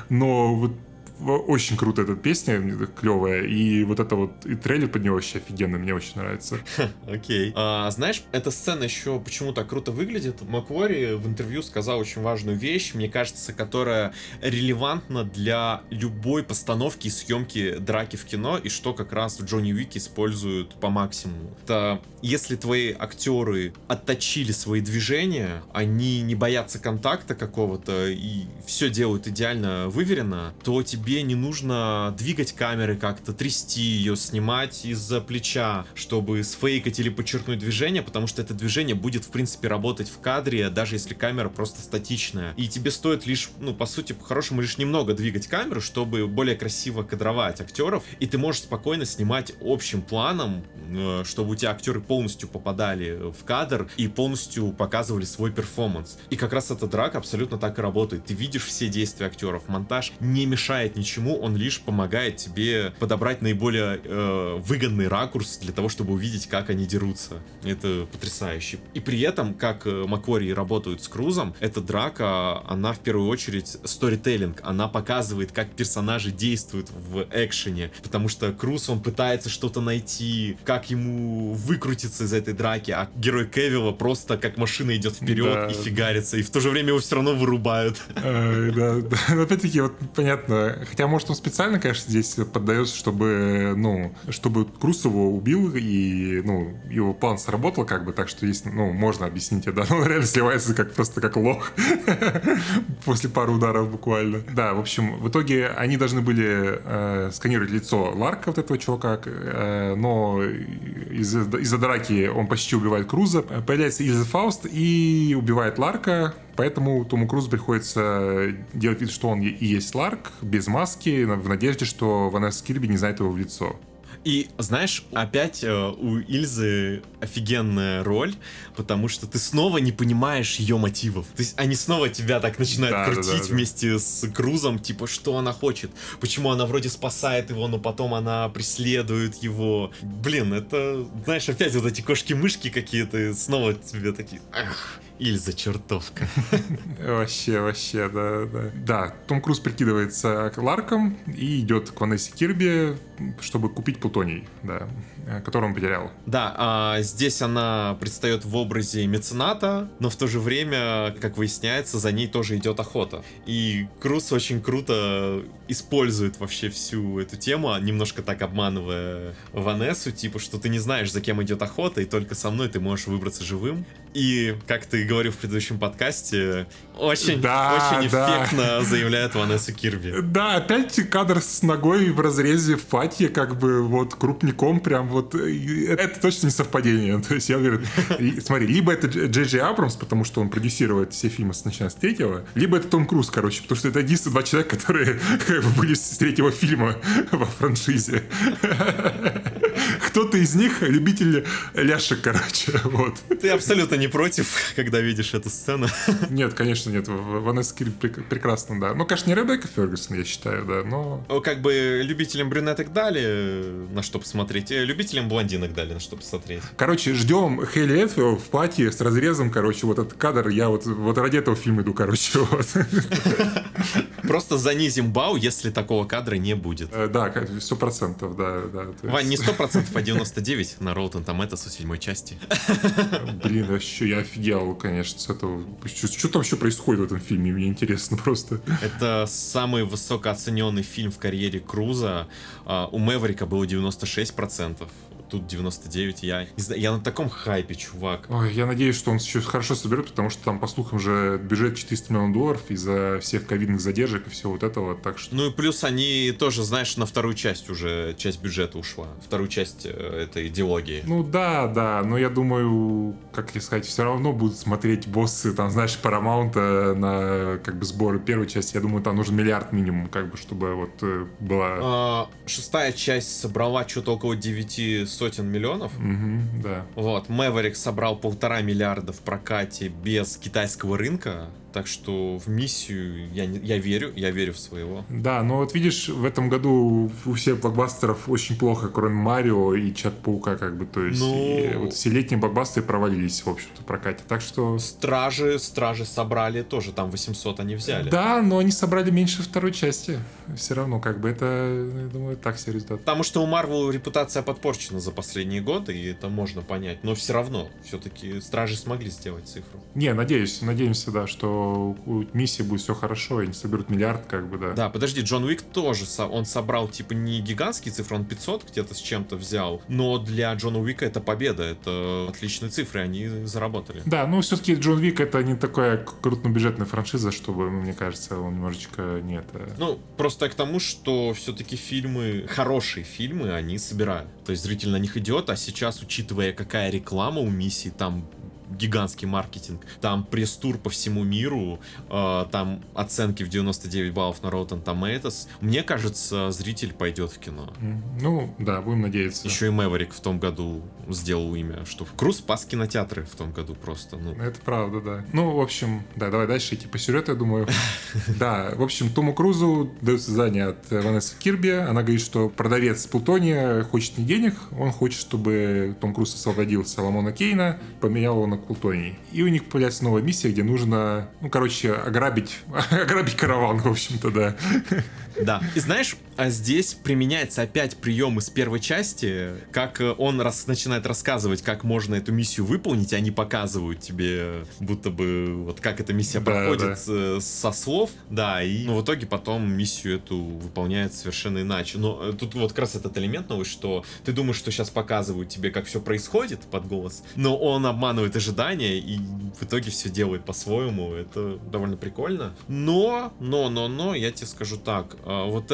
но вот очень круто эта песня, клевая, и вот это вот, и трейлер под него вообще офигенный, мне очень нравится. Окей. Okay. А, знаешь, эта сцена еще почему так круто выглядит. Маккуари в интервью сказал очень важную вещь, мне кажется, которая релевантна для любой постановки и съемки драки в кино, и что как раз в Джонни Уике используют по максимуму. Это если твои актеры отточили свои движения, они не боятся контакта какого-то и все делают идеально выверено, то тебе Тебе не нужно двигать камеры как-то, трясти ее, снимать из-за плеча, чтобы сфейкать или подчеркнуть движение, потому что это движение будет, в принципе, работать в кадре, даже если камера просто статичная. И тебе стоит лишь, ну, по сути, по-хорошему, лишь немного двигать камеру, чтобы более красиво кадровать актеров, и ты можешь спокойно снимать общим планом, чтобы у тебя актеры полностью попадали в кадр и полностью показывали свой перформанс. И как раз эта драка абсолютно так и работает. Ты видишь все действия актеров, монтаж не мешает ничему, он лишь помогает тебе подобрать наиболее э, выгодный ракурс для того, чтобы увидеть, как они дерутся. Это потрясающе. И при этом, как Маккуари работают с Крузом, эта драка, она в первую очередь сторителлинг, она показывает, как персонажи действуют в экшене, потому что Круз, он пытается что-то найти, как ему выкрутиться из этой драки, а герой Кевилла просто как машина идет вперед да. и фигарится, и в то же время его все равно вырубают. Да, опять-таки, вот понятно. Хотя, может, он специально, конечно, здесь поддается, чтобы, ну, чтобы Круз его убил, и, ну, его план сработал, как бы, так что есть, ну, можно объяснить, да, но он реально сливается как, просто как лох после пары ударов буквально. Да, в общем, в итоге они должны были э, сканировать лицо Ларка, вот этого чувака, э, но из-за, из-за драки он почти убивает Круза. Появляется Ильза Фауст и убивает Ларка, Поэтому Тому Крузу приходится делать вид, что он и есть Ларк, без маски, в надежде, что Ванесса Кирби не знает его в лицо. И, знаешь, опять э, у Ильзы офигенная роль, потому что ты снова не понимаешь ее мотивов. То есть они снова тебя так начинают да, крутить да, да, вместе да. с Крузом, типа, что она хочет, почему она вроде спасает его, но потом она преследует его. Блин, это, знаешь, опять вот эти кошки-мышки какие-то, снова тебе такие... Ах. Ильза чертовка. Вообще, вообще, да, да. Да, Том Круз прикидывается Ларком и идет к Ванессе Кирби, чтобы купить плутоний, да, который он потерял. Да, а здесь она предстает в образе мецената, но в то же время, как выясняется, за ней тоже идет охота. И Круз очень круто использует вообще всю эту тему, немножко так обманывая Ванессу, типа, что ты не знаешь, за кем идет охота, и только со мной ты можешь выбраться живым. И, как ты говорил в предыдущем подкасте, очень, да, очень да. эффектно заявляет Ванесса Кирби. Да, опять кадр с ногой в разрезе в платье, как бы вот крупником, прям вот. Это точно не совпадение. То есть я уверен, смотри, либо это Джей Джей Абрамс, потому что он продюсирует все фильмы, начиная с третьего, либо это Том Круз, короче, потому что это единственные два человека, которые как бы были с третьего фильма во франшизе. Кто-то из них любитель ляшек, короче, вот. Ты абсолютно не против, когда видишь эту сцену? Нет, конечно, нет. Ванесса Кирби прекрасно, да. Ну, конечно, не Ребекка Фергюсон, я считаю, да, но... Как бы любителям брюнеток дали на что посмотреть, и любителям блондинок дали на что посмотреть. Короче, ждем Хейли Этвилл в платье с разрезом, короче, вот этот кадр, я вот, вот ради этого фильма иду, короче, вот. Просто занизим бау, если такого кадра не будет. Да, сто процентов, да. Вань, не сто процентов, а девяносто девять на Rotten Tomatoes у седьмой части. Блин, вообще, я офигел, конечно, с этого. Что, что там еще происходит в этом фильме? Мне интересно просто. Это самый высокооцененный фильм в карьере Круза. У Мэверика было девяносто шесть процентов. Тут девяносто девять, я не знаю, я на таком хайпе, чувак. Ой, я надеюсь, что он еще хорошо соберет, потому что там, по слухам, же бюджет четыреста миллионов долларов из-за всех ковидных задержек и всего вот этого, так что... Ну и плюс они тоже, знаешь, на вторую часть уже, часть бюджета ушла, вторую часть этой идеологии. Ну да, да, но я думаю, как тебе сказать, все равно будут смотреть боссы, там, знаешь, Paramount на, как бы, сборы первой части, я думаю, там нужен миллиард минимум, как бы, чтобы вот была... А, шестая часть собрала что-то около девяти сотен миллионов. Угу, да. Вот, Мэверик собрал полтора миллиарда в прокате без китайского рынка. Так что в миссию я, не, я верю, я верю в своего. Да, но вот видишь, в этом году у всех блокбастеров очень плохо, кроме Марио и Человека-паука, как бы, то есть ну... и вот все летние блокбастеры провалились, в общем-то, в прокате, так что... Стражи, Стражи собрали тоже, там восемьсот они взяли. Да, но они собрали меньше второй части, все равно, как бы, это, я думаю, так себе результат. Потому что у Марвел репутация подпорчена за последние годы, и это можно понять, но все равно, все-таки Стражи смогли сделать цифру. Не, надеюсь, надеемся, да, что у миссии будет все хорошо, и они соберут миллиард, как бы, да. Да, подожди, Джон Уик тоже, он собрал, типа, не гигантские цифры, он пятьсот где-то с чем-то взял, но для Джона Уика это победа, это отличные цифры, они заработали. Да, ну, все-таки Джон Уик это не такая крупнобюджетная франшиза, чтобы, мне кажется, он немножечко не это... Ну, просто к тому, что все-таки фильмы, хорошие фильмы, они собирают, то есть зритель на них идет, а сейчас, учитывая, какая реклама у миссии, там гигантский маркетинг, там пресс-тур по всему миру, э, там оценки в девяносто девять баллов на Rotten Tomatoes. Мне кажется, зритель пойдет в кино. Ну, да, будем надеяться. Еще и Мэверик в том году сделал имя, что Круз спас кинотеатры в том году просто. Ну. Это правда, да. Ну, в общем, да, давай дальше идти по сюжету, я думаю. Да, в общем, Тому Крузу дается задание от Ванессы Кирби. Она говорит, что продавец плутония хочет не денег, он хочет, чтобы Том Круз освободил Соломона Кейна, поменял его на плутоний. И у них появляется новая миссия, где нужно, ну, короче, ограбить, ограбить караван, в общем-то, да. Да. И знаешь, а здесь применяется опять прием из первой части, как он рас, начинает рассказывать, как можно эту миссию выполнить, и они показывают тебе, будто бы, вот как эта миссия да, проходит да. со слов, да, и ну, в итоге потом миссию эту выполняет совершенно иначе. Но тут вот как раз этот элемент новый, что ты думаешь, что сейчас показывают тебе, как все происходит под голос, но он обманывает ожидания, и в итоге все делает по-своему, это довольно прикольно. Но, но, но, но, я тебе скажу так, вот этот сегмент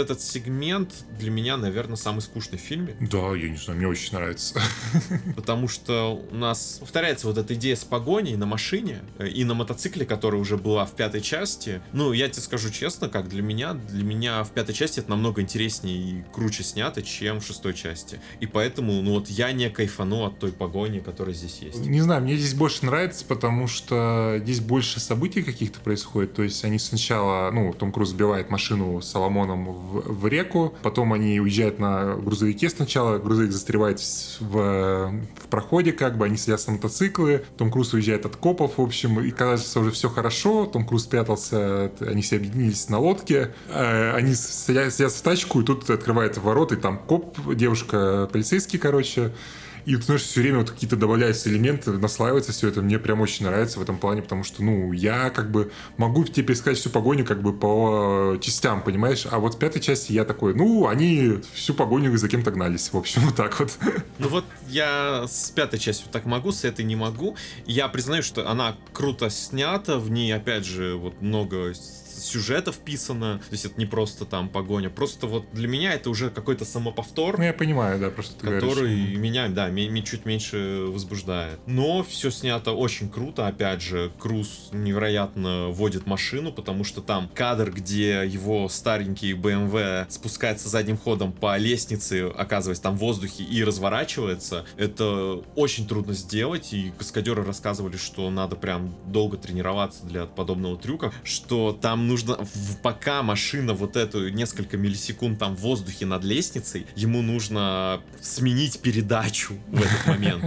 фрагмент для меня, наверное, самый скучный в фильме. Да, я не знаю, мне очень нравится. Потому что у нас повторяется вот эта идея с погоней на машине и на мотоцикле, которая уже была в пятой части. Ну, я тебе скажу честно, как для меня, для меня в пятой части это намного интереснее и круче снято, чем в шестой части. И поэтому, ну вот я не кайфану от той погони, которая здесь есть. Не знаю, мне здесь больше нравится, потому что здесь больше событий каких-то происходит. То есть они сначала, ну, Том Круз сбивает машину с Соломоном в, в реку, потом они уезжают на грузовике сначала, грузовик застревает в, в проходе, как бы, они садятся на мотоциклы, Том Круз уезжает от копов, в общем, и кажется, уже все хорошо, Том Круз спрятался, они все объединились на лодке, они садятся в тачку, и тут открывает ворота, и там коп, девушка, полицейский, короче. И, ты знаешь, все время вот какие-то добавляются элементы, наслаивается все это. Мне прям очень нравится в этом плане, потому что, ну, я как бы могу тебе пересказать всю погоню как бы по частям, понимаешь? А вот в пятой части я такой, ну, они всю погоню за кем-то гнались. В общем, вот так вот. Ну вот я с пятой частью так могу, с этой не могу. Я признаю, что она круто снята, в ней, опять же, вот много сюжета вписано, то есть это не просто там погоня, просто вот для меня это уже какой-то самоповтор. Ну я понимаю, да, просто ты который говоришь. меня, да, меня чуть меньше возбуждает. Но все снято очень круто, опять же, Круз невероятно водит машину, потому что там кадр, где его старенький бэ эм вэ спускается задним ходом по лестнице, оказываясь там в воздухе и разворачивается, это очень трудно сделать, и каскадеры рассказывали, что надо прям долго тренироваться для подобного трюка, что там нужно, пока машина вот эту несколько миллисекунд там в воздухе над лестницей, ему нужно сменить передачу в этот момент.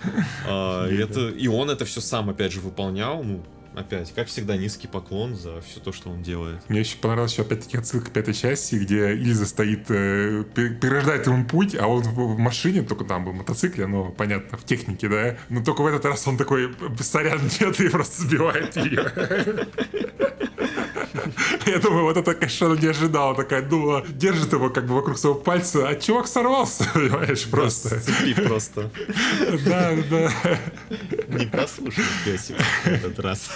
И он это все сам, опять же, выполнял. Ну, опять, как всегда, низкий поклон за все то, что он делает. Мне еще понравилась еще опять-таки отсылка к пятой части, где Ильза стоит, э, перерождает ему путь, а он в, в машине, только там был мотоцикле, ну, понятно, в технике, да, но только в этот раз он такой, сорян, нет, и просто сбивает ее. Я думаю, вот это, конечно, она не ожидала. Такая думала, держит его как бы вокруг своего пальца, а чувак сорвался, понимаешь, просто. Да, с цепи просто. Да, да. Не послушал песенку в этот раз.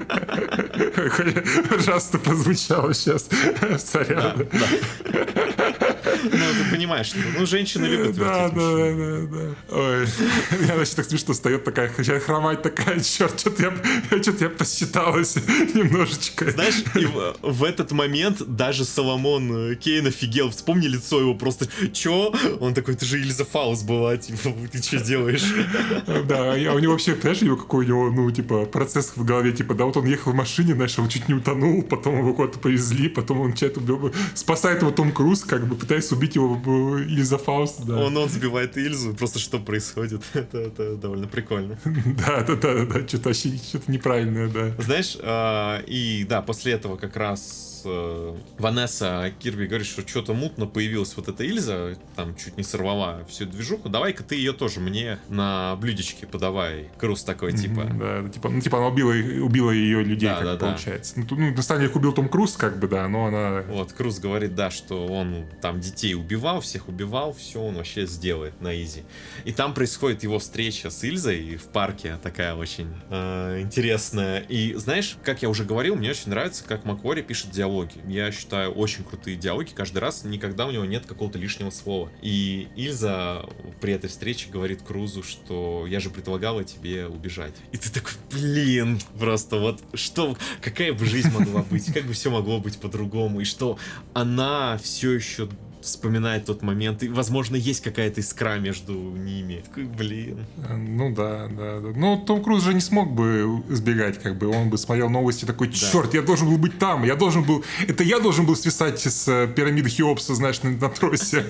Ужасно прозвучало сейчас. Сорян. Да, да. Ну, ты понимаешь, что, ну, женщины любят да, вертеть да, машину. да, да, да. Ой, я значит так смешно встает такая, начинает хромать такая, черт, что-то я, что-то я посчиталась немножечко. Знаешь, и в, в этот момент даже Соломон Кейн офигел. Вспомни лицо его просто. Чё? Он такой, ты же Ильза Фаус была, типа, ты что делаешь? Да, а у него вообще, знаешь, его какой у него, ну, типа, процесс в голове, типа, да, вот он ехал в машине, знаешь, он чуть не утонул, потом его куда-то повезли, потом он чат убил, спасает его Том Круз, как бы, пытается убить его Ильза Фауст, да. Он, он сбивает Ильзу, просто что происходит? это, это довольно прикольно. Да, да, да, да, что-то вообще что-то неправильное, да. Знаешь, э, и да, после этого как раз э, Ванесса Кирби говорит, что что-то мутно появилась вот эта Ильза, там чуть не сорвала всю движуху, давай-ка ты ее тоже мне на блюдечке подавай. Круз такой, типа. Mm-hmm, да, типа, ну, типа она убила, убила ее людей, да, как да, получается. Да. Ну, ну, на самом деле их убил Том Круз, как бы, да, но она... Вот, Круз говорит, да, что он там детей убивал, всех убивал, все он вообще сделает на изи. И там происходит его встреча с Ильзой в парке, такая очень э, интересная. И знаешь, как я уже говорил, мне очень нравится, как Маккуари пишет диалоги. Я считаю, очень крутые диалоги каждый раз, никогда у него нет какого-то лишнего слова. И Ильза при этой встрече говорит Крузу, что я же предлагала тебе убежать. И ты такой, блин, просто вот что, какая бы жизнь могла быть, как бы все могло быть по-другому, и что она все еще вспоминает тот момент, и, возможно, есть какая-то искра между ними. Такой, блин. Ну да, да, да. Но Том Круз же не смог бы избегать, как бы, он бы смотрел новости такой, черт, да. Я должен был быть там, я должен был, это я должен был свисать с пирамиды Хеопса, знаешь, на, на тросе.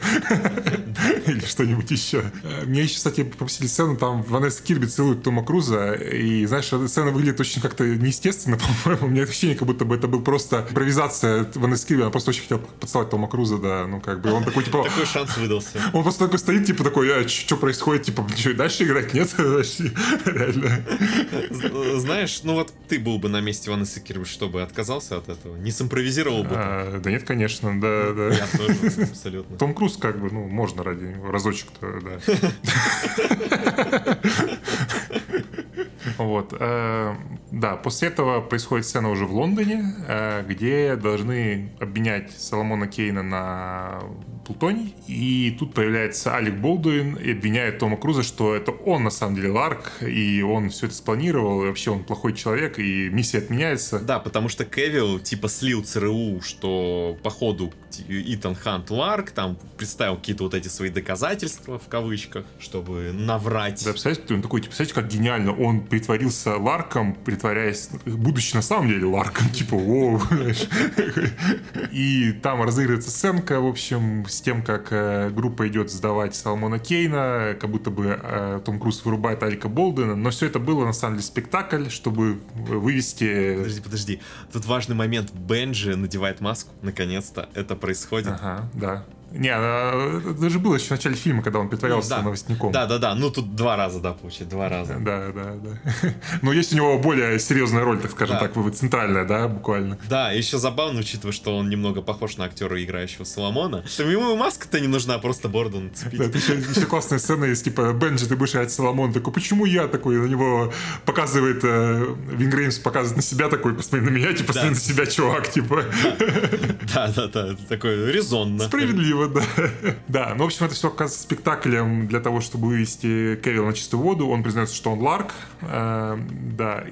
Или что-нибудь еще. Мне еще, кстати, попросили сцену, там Ванесса Кирби целует Тома Круза, и, знаешь, сцена выглядит очень как-то неестественно, по-моему. У меня ощущение, как будто бы это был просто импровизация Ванессы Кирби, она просто очень хотела поцеловать Тома Круза, да, ну как бы он такой, типа... Такой шанс выдался. Он просто такой стоит, типа такой, а что происходит, типа, что, и дальше играть? Нет? Реально. Знаешь, ну вот ты был бы на месте Ванессы Кирби, чтобы отказался от этого? Не симпровизировал бы? А, да нет, конечно, да, да. Я тоже, абсолютно. Том Круз, как бы, ну, можно ради него разочек-то, да. Вот. э, Да, после этого происходит сцена уже в Лондоне, э, где должны обменять Соломона Кейна на плутоний. И тут появляется Алек Болдуин и обвиняет Тома Круза, что это он на самом деле Ларк, и он все это спланировал, и вообще он плохой человек, и миссия отменяется. Да, потому что Кевилл типа слил ЦРУ, что походу Итан Хант Ларк, там представил какие-то вот эти свои доказательства, в кавычках, чтобы наврать. Да, представляете, он такой, типа, представляете, как гениально, он притворился Ларком, притворяясь, будучи на самом деле Ларком, типа, воу, знаешь. И там разыгрывается сценка, в общем, с тем, как э, группа идет сдавать Соломона Кейна, как будто бы э, Том Круз вырубает Алика Болдуина, но все это было, на самом деле, спектакль, чтобы вывести... Подожди, подожди. Тут важный момент. Бенджи надевает маску, наконец-то. Это происходит. Ага, да. Не, это же было еще в начале фильма, когда он притворялся да. новостником. Да-да-да, ну тут два раза, да, получается, два раза. Да, да, да. Но есть у него более серьезная роль, так скажем да. так, центральная, да, буквально. Да, еще забавно, учитывая, что он немного похож на актера, играющего Соломона, что ему и маска-то не нужна, просто бороду нацепить. Да, это еще, еще классная сцена есть, типа, Бенджи, ты будешь играть Соломон, такой, почему я такой? На него показывает, э, Вин Греймс показывает на себя такой, посмотри на меня, типа, посмотри да. на себя, чувак, типа. Да-да-да, такой резонно. Справедливо, да. Да, ну, в общем, это все оказывается спектаклем для того, чтобы вывести Кевилла на чистую воду. Он признается, что он Ларк, э, да,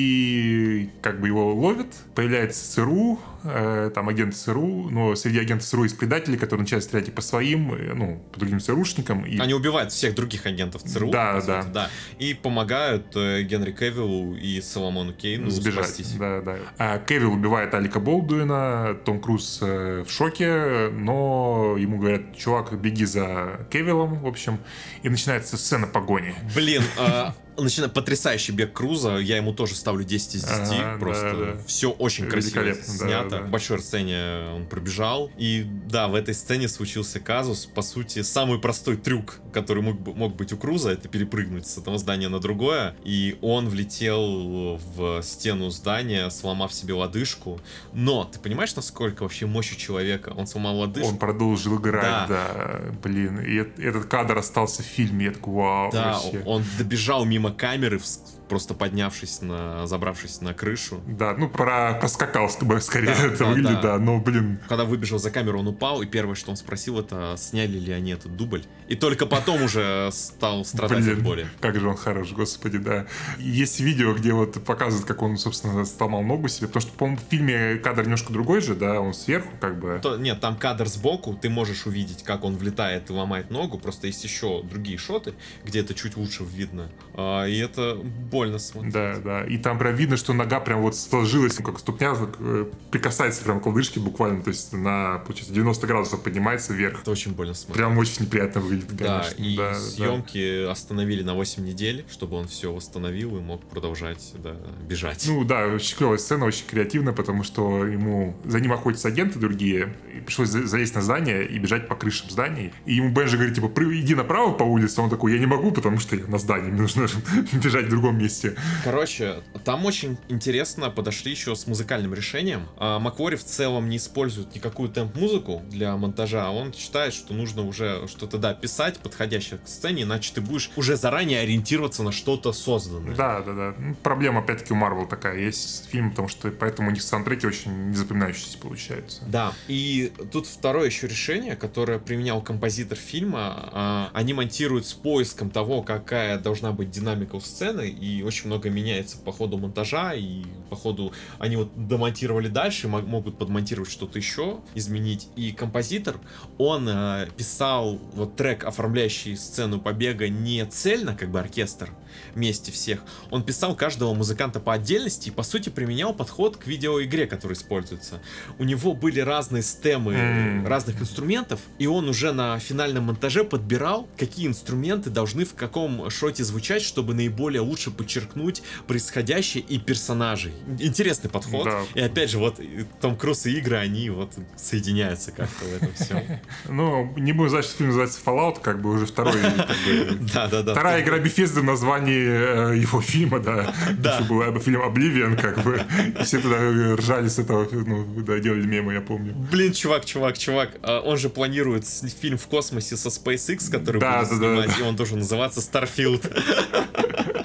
и как бы его ловят. Появляется ЦРУ, э, там агент ЦРУ, но среди агентов ЦРУ есть предатели, которые начинают стрелять и по своим, ну, по другим ЦРУшникам. И... Они убивают всех других агентов ЦРУ. Да, да. Сути, да. И помогают э, Генри Кевиллу и Соломону Кейну сбежать. Спастись. Да, да. А Кевилл убивает Алика Болдуина, Том Круз э, в шоке, но ему говорят, чувак, беги за Кевиллом, в общем, и начинается сцена погони. Блин, а... Начинает потрясающий бег Круза, я ему тоже ставлю десять из десяти, ага, просто да, да. Все очень красиво снято, да, да. В большой сцене он пробежал, и да, в этой сцене случился казус, по сути, самый простой трюк, который мог, мог быть у Круза, это перепрыгнуть с одного здания на другое, и он влетел в стену здания, сломав себе лодыжку, но ты понимаешь, насколько вообще мощь у человека, он сломал лодыжку. Он продолжил играть, да, да. Блин, и этот кадр остался в фильме, я такой, вау, да, вообще. Он добежал мимо камеры, просто поднявшись на, забравшись на крышу. Да, ну про поскакал скорее да, это да, выглядит, да. да, но блин. Когда выбежал за камеру, он упал, и первое, что он спросил, это сняли ли они этот дубль. И только потом уже стал страдать блин, от боли. Как же он хорош, господи, да. Есть видео, где вот показывают, как он, собственно, сломал ногу себе, потому что, по-моему, в фильме кадр немножко другой же, да, он сверху как бы. То, нет, там кадр сбоку, ты можешь увидеть, как он влетает и ломает ногу, просто есть еще другие шоты, где это чуть лучше видно. А, и это больно смотреть. Да, да. И там прям видно, что нога прям вот сложилась, как ступня прикасается прям к лодыжке буквально, то есть на, получается, девяносто градусов поднимается вверх. Это очень больно смотреть. Прям очень неприятно выглядит, да, конечно. И да, съемки да. остановили на восемь недель, чтобы он все восстановил и мог продолжать да, бежать. Ну да, очень клевая сцена, очень креативная, потому что ему за ним охотятся агенты другие, и пришлось залезть на здание и бежать по крышам зданий. И ему Бенджи говорит, типа, иди направо по улице, он такой, я не могу, потому что я на здании, мне нужно бежать в другом месте. Короче, там очень интересно подошли еще с музыкальным решением. А Маквори в целом не использует никакую темп-музыку для монтажа. Он считает, что нужно уже что-то, да, писать, подходящее к сцене, иначе ты будешь уже заранее ориентироваться на что-то созданное. Да, да, да. Ну, проблема, опять-таки, у Марвел такая есть с фильмом, потому что поэтому у них саундтреки очень незапоминающиеся получаются. Да, и тут второе еще решение, которое применял композитор фильма. А, они монтируют с поиском того, какая должна быть динамика у сцены, и очень много меняется по ходу монтажа, и по ходу они вот домонтировали дальше, могут подмонтировать что-то еще, изменить. И композитор, он э, писал вот трек, оформляющий сцену побега, не цельно, как бы оркестр вместе всех. Он писал каждого музыканта по отдельности и, по сути, применял подход к видеоигре, который используется. У него были разные стемы mm. разных инструментов, и он уже на финальном монтаже подбирал, какие инструменты должны в каком шоте звучать, чтобы наиболее лучше подчеркнуть происходящее и персонажей. Интересный подход. Да. И опять же, вот Том Круз и игры, они вот соединяются как-то в этом всем. Ну, не будем знать, что фильм называется Fallout, как бы уже второй. Да-да-да. Вторая игра Bethesda в названии его фильма, да. Да. Был фильм Oblivion, как бы. Все тогда ржали с этого, ну, да, делали мемы, я помню. Блин, чувак, чувак, чувак, он же планирует фильм в космосе со SpaceX, который да, будет да, снимать, да, да. и он должен называться Starfield.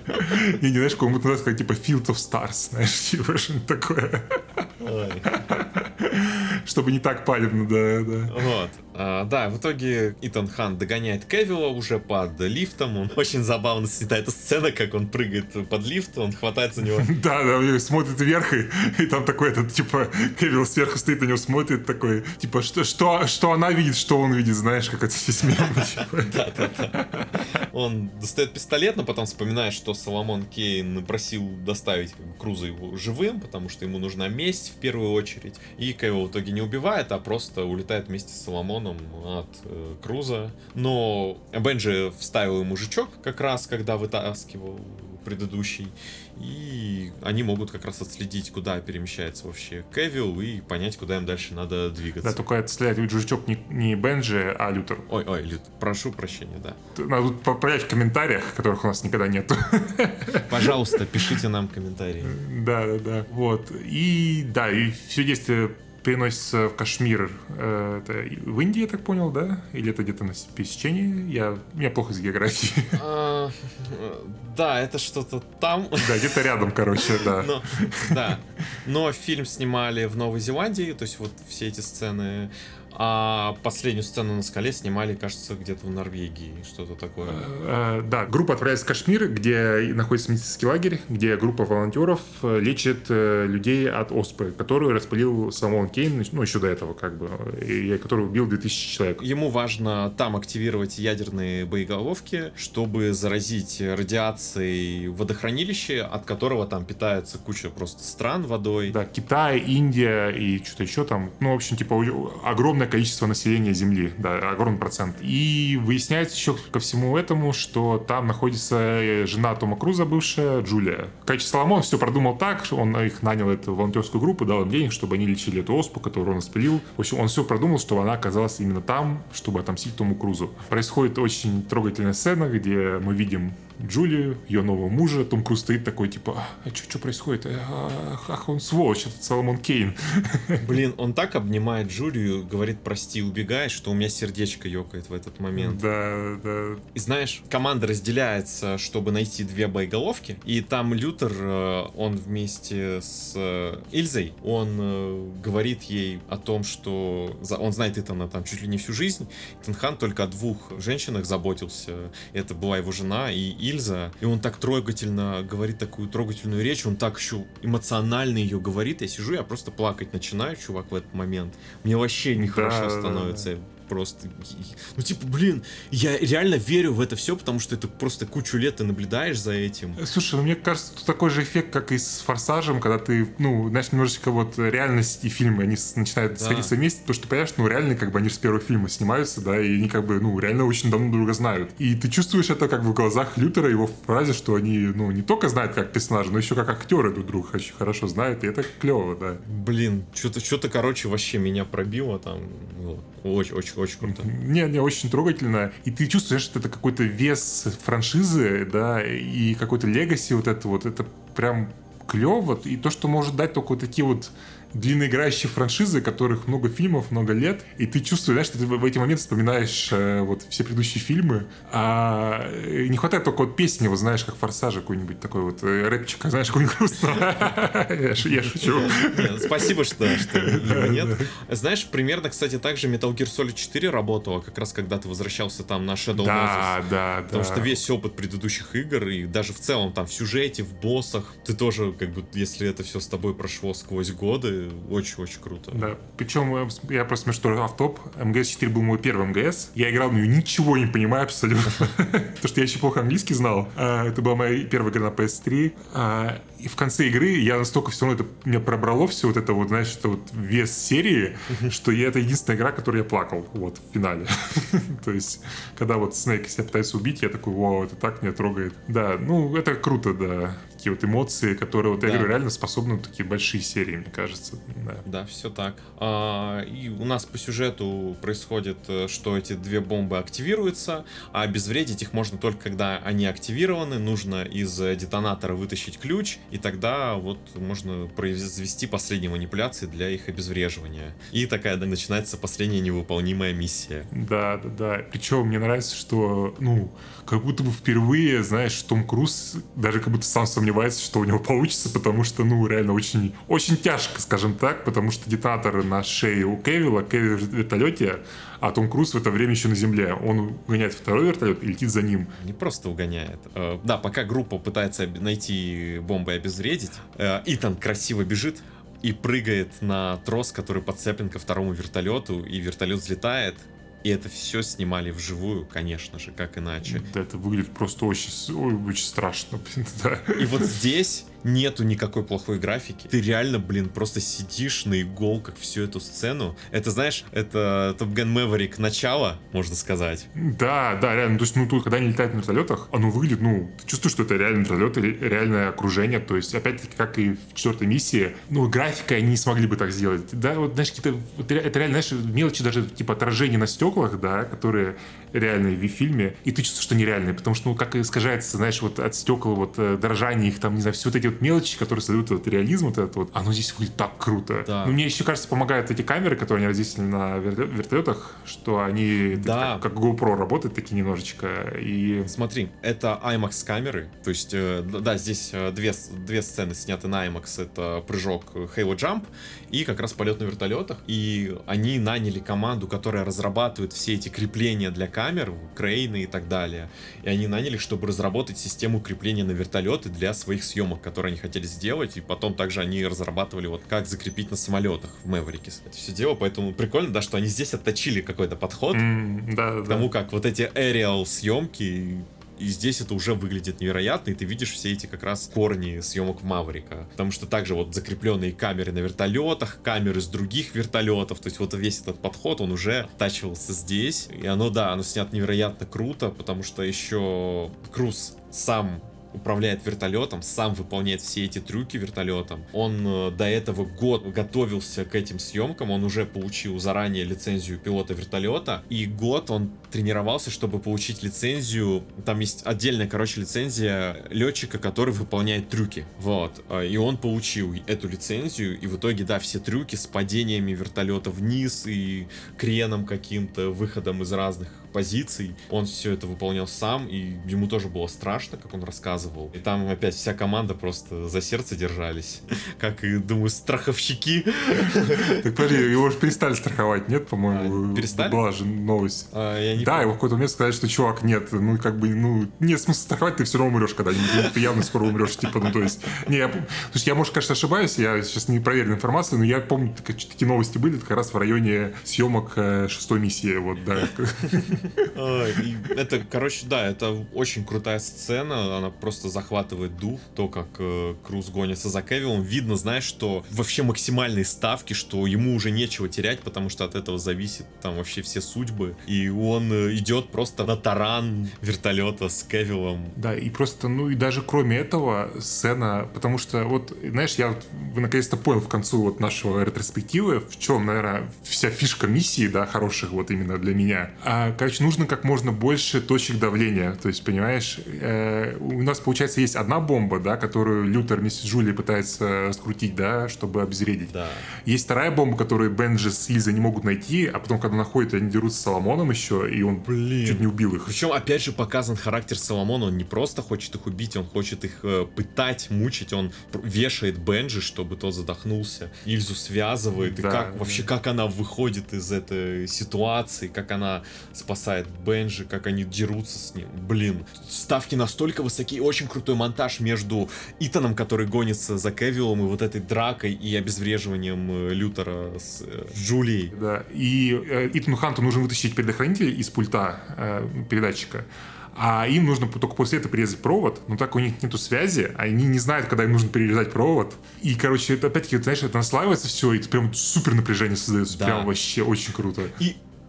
Не, не знаешь, кому-то называется, как типа Field of Stars, знаешь, типа что-нибудь такое. Чтобы не так палевно, да, да. Вот. А, да, в итоге Итан Хант догоняет Кевилла уже под лифтом. Он очень забавно снята эта сцена, как он прыгает под лифт, он хватает за него. Да, да, смотрит вверх, и, и там такой этот, типа, Кевилл сверху стоит на него, смотрит такой, типа, что, что, что она видит, что он видит, знаешь, как это здесь мемно, типа. Да, да, да. Он достает пистолет, но потом вспоминает, что Соломон Кейн просил доставить как бы, Круза его живым, потому что ему нужна месть в первую очередь. И Кевилл в итоге не убивает, а просто улетает вместе с Соломоном от э, Круза. Но Бенджи вставил ему жучок как раз, когда вытаскивал предыдущий. И они могут как раз отследить, куда перемещается вообще Кевилл, и понять, куда им дальше надо двигаться. Да, только отстреляет жучок не, не Бенджи, а Лютер. Ой, ой, Лютер, прошу прощения, да. Надо тут поправить в комментариях, которых у нас никогда нету. Пожалуйста, пишите нам комментарии. Да, да, да. Вот. И да, и все действие переносится в Кашмир. Это в Индии, я так понял, да? Или это где-то на пересечении? Я... У меня плохо с географией. А, да, это что-то там. Да, где-то рядом, короче, да. Но, да. Но фильм снимали в Новой Зеландии, то есть вот все эти сцены. А последнюю сцену на скале снимали, кажется, где-то в Норвегии, что-то такое. А, да, группа отправляется в Кашмир, где находится медицинский лагерь, где группа волонтеров лечит людей от оспы, которую распылил Соломон Кейн, ну, еще до этого, как бы, и который убил две тысячи человек. Ему важно там активировать ядерные боеголовки, чтобы заразить радиацией водохранилище, от которого там питается куча просто стран водой. Да, Китай, Индия и что-то еще там. Ну, в общем, типа, огромное количество населения Земли, да, огромный процент. И выясняется еще ко всему этому, что там находится жена Тома Круза, бывшая, Джулия. Короче, Соломон все продумал так, что он их нанял, эту волонтерскую группу, дал им денег, чтобы они лечили эту оспу, которую он распылил. В общем, он все продумал, чтобы она оказалась именно там, чтобы отомстить Тому Крузу. Происходит очень трогательная сцена, где мы видим Джулию, ее нового мужа. Том Круз стоит такой, типа, а что происходит? Ах, ах, он сволочь, этот Соломон Кейн. Блин, он так обнимает Джулию, говорит, прости, убегай, что у меня сердечко ёкает в этот момент. Да, да. И знаешь, команда разделяется, чтобы найти две боеголовки, и там Лютер, он вместе с Ильзой, он говорит ей о том, что он знает Итана там чуть ли не всю жизнь. Итан Хант только о двух женщинах заботился. Это была его жена и Ильза. И он так трогательно говорит такую трогательную речь, он так еще эмоционально ее говорит. Я сижу, я просто плакать начинаю, чувак, в этот момент. Мне вообще нехорошо да, становится. Да, да. Просто, ну типа, блин, я реально верю в это все, потому что это просто кучу лет ты наблюдаешь за этим. Слушай, ну мне кажется, тут такой же эффект, как и с «Форсажем», когда ты, ну, знаешь, немножечко вот реальность и фильмы, они начинают да. сходиться вместе, потому что, понимаешь, ну реально, как бы они же с первого фильма снимаются, да, и они как бы, ну, реально очень давно друг друга знают. И ты чувствуешь это как бы в глазах Лютера, его фразе, что они, ну, не только знают как персонажи, но еще как актеры друг друга очень хорошо знают, и это клево, да. Блин, что-то, что-то, короче, вообще меня пробило там, очень-очень-очень круто. Не, не, очень трогательно. И ты чувствуешь, что это какой-то вес франшизы, да, и какой-то легаси вот это вот, это прям клево. И то, что может дать только вот такие вот длинноиграющие франшизы, которых много фильмов, много лет, и ты чувствуешь, знаешь, что ты в эти моменты вспоминаешь э, вот все предыдущие фильмы, а не хватает только вот песни, вот знаешь, как «Форсажа» какой-нибудь такой вот э, рэпчика, знаешь, какой-нибудь грустного. Я шучу. Спасибо, что его нет. Знаешь, примерно, кстати, так же Metal Gear Solid четыре работала, как раз когда ты возвращался там на Shadow Moses. Да, да, да. Потому что весь опыт предыдущих игр, и даже в целом там в сюжете, в боссах, ты тоже, как бы, если это все с тобой прошло сквозь годы, очень-очень круто. Да, причем я просто смешу, что автоп, эм джи эс четыре был мой первый эм джи эс, я играл в нее, ничего не понимаю абсолютно, потому что я еще плохо английский знал, это была моя первая игра на пи эс три, и в конце игры я настолько все равно, это меня пробрало все вот это вот, знаешь, это вот вес серии, что я, это единственная игра, которой я плакал, вот, в финале. То есть, когда вот Снейк себя пытается убить, я такой, вау, это так меня трогает. Да, ну, это круто, да, такие вот эмоции, которые, вот, я говорю, реально способны на такие большие серии, мне кажется. обезумится. Да, да, все так. А, и у нас по сюжету происходит, что эти две бомбы активируются, а обезвредить их можно только когда они активированы. Нужно из детонатора вытащить ключ, и тогда вот можно произвести последние манипуляции для их обезвреживания. И такая да, начинается последняя невыполнимая миссия. Да, да, да. Причем мне нравится, что, ну, как будто бы впервые, знаешь, Том Круз даже как будто сам сомневается, что у него получится, потому что, ну, реально очень, очень тяжко, скажем так, потому что детонатор на шее у Кевилла, Кевилл в вертолете, а Том Круз в это время еще на земле. Он угоняет второй вертолет и летит за ним. Не просто угоняет. Да, пока группа пытается найти бомбы и обезвредить, Итан красиво бежит и прыгает на трос, который подцеплен ко второму вертолету, и вертолет взлетает. И это все снимали вживую, конечно же, как иначе. Да, это выглядит просто очень, очень страшно. Да. И вот здесь нету никакой плохой графики. Ты реально, блин, просто сидишь на иголках всю эту сцену. Это, знаешь, это Top Gun Maverick начало, можно сказать. Да, да, реально. То есть, ну, тут, когда они летают на вертолетах, оно выглядит, ну, ты чувствуешь, что это реально вертолет, реальное окружение. То есть, опять-таки, как и в четвертой миссии, ну, графикой они не смогли бы так сделать. Да, вот, знаешь, какие-то, вот, это реально, знаешь, мелочи даже, типа, отражения на стеклах, да, которые реальные в фильме, и ты чувствуешь, что нереальные, потому что, ну, как искажается, знаешь, вот от стекол, вот, дрожание их, там, не знаю, все вот эти вот мелочи, которые создают этот реализм, вот этот вот, оно здесь выглядит так круто. Да. Ну, мне еще кажется, помогают эти камеры, которые они разъяснили на вертолетах, что они да. как, как GoPro работают такие немножечко. И... Смотри, это IMAX камеры, то есть, э, да, здесь две, две сцены сняты на IMAX, это прыжок Halo Jump и как раз полет на вертолетах, и они наняли команду, которая разрабатывает все эти крепления для камер, крейны и так далее, и они наняли, чтобы разработать систему крепления на вертолеты для своих съемок, которые они хотели сделать, и потом также они разрабатывали вот как закрепить на самолетах в Мэверике это все дело, поэтому прикольно, да, что они здесь отточили какой-то подход mm, да, к да. тому, как вот эти aerial съемки. И здесь это уже выглядит невероятно, и ты видишь все эти как раз корни съемок в Маверика. Потому что также вот закрепленные камеры на вертолетах, камеры с других вертолетов, то есть вот весь этот подход, он уже оттачивался здесь. И оно, да, оно снято невероятно круто, потому что еще Круз сам управляет вертолетом, сам выполняет все эти трюки вертолетом. Он э, до этого год готовился к этим съемкам, он уже получил заранее лицензию пилота вертолета, и год он тренировался, чтобы получить лицензию. Там есть отдельная, короче, лицензия летчика, который выполняет трюки. Вот. И он получил эту лицензию, и в итоге, да, все трюки с падениями вертолета вниз и креном каким-то, выходом из разных позиций. Он все это выполнял сам, и ему тоже было страшно, как он рассказывал. И там опять вся команда просто за сердце держались. Как и, думаю, страховщики. Так подожди, его же перестали страховать, нет, по-моему? Перестали? Была же новость. А, я не да, помню. его в какой-то момент сказали, что, чувак, нет, ну, как бы, ну, нет смысла страховать, ты все равно умрешь когда-нибудь. Ты явно скоро умрешь, типа, ну, то есть... Не, я, то есть я, может, конечно, ошибаюсь, я сейчас не проверил информацию, но я помню, такие новости были как раз в районе съемок шестой миссии, вот, да. И это, короче, да, это очень крутая сцена, она просто захватывает дух, то, как э, Круз гонится за Кевиллом. Видно, знаешь, что вообще максимальные ставки, что ему уже нечего терять, потому что от этого зависит там вообще все судьбы. И он э, идет просто на таран вертолета с Кевиллом. Да, и просто, ну и даже кроме этого сцена, потому что вот, знаешь, я вот наконец-то понял в концу вот нашего ретроспективы, в чем, наверное, вся фишка миссии, да, хороших вот именно для меня. А, короче, нужно как можно больше точек давления, то есть, понимаешь, э, у нас, получается, есть одна бомба, да, которую Лютер вместе с Джулией пытается раскрутить, да, чтобы обезвредить. Да. Есть вторая бомба, которую Бенджи с Ильзой не могут найти, а потом, когда находят, они дерутся с Соломоном еще, и он Блин. чуть не убил их. Причем, опять же, показан характер Соломона, он не просто хочет их убить, он хочет их э, пытать, мучить, он вешает Бенджи, чтобы тот задохнулся, Ильзу связывает, да, и как да. вообще, как она выходит из этой ситуации, как она спасает Бенджи, как они дерутся с ним. Блин, ставки настолько высокие, очень крутой монтаж между Итаном, который гонится за Кевиллом, и вот этой дракой и обезвреживанием э, Лютера с э, Джулией. Да, и э, Итану Ханту нужно вытащить предохранитель из пульта э, передатчика, а им нужно только после этого перерезать провод, но так у них нету связи, они не знают, когда им нужно перерезать провод. И, короче, это опять-таки, знаешь, это наслаивается все, и это прям супер напряжение создается, Да. прям вообще очень круто. И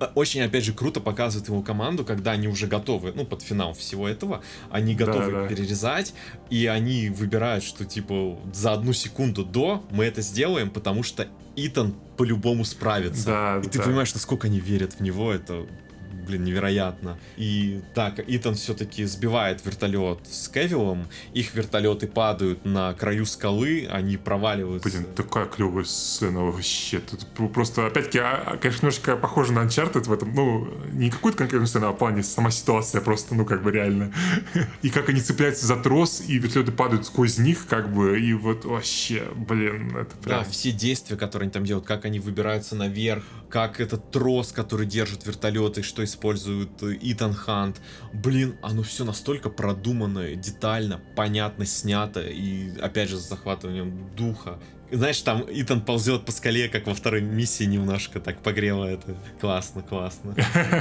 очень, опять же, круто показывает его команду, когда они уже готовы, ну, под финал всего этого, они готовы Да, да. перерезать, и они выбирают, что, типа, за одну секунду до мы это сделаем, потому что Итан по-любому справится. Да, и ты да. понимаешь, насколько они верят в него, это... Блин, невероятно. И так, Итан все-таки сбивает вертолет с Кевиллом, их вертолеты падают на краю скалы, они проваливаются. Блин, такая клевая сцена вообще. Тут просто, опять-таки, а, конечно, немножко похоже на Uncharted в этом. Ну, не какую-то конкретную сцену, а в плане сама ситуация просто, ну, как бы реально. И как они цепляются за трос, и вертолеты падают сквозь них, как бы, и вот вообще, блин, это прям... Да, все действия, которые они там делают, как они выбираются наверх, как этот трос, который держит вертолеты, что использует Итан Хант. Блин, оно все настолько продумано, детально, понятно снято и, опять же, с захватыванием духа. Знаешь, там Итан ползет по скале, как во второй миссии немножко, так погрело это. Классно, классно.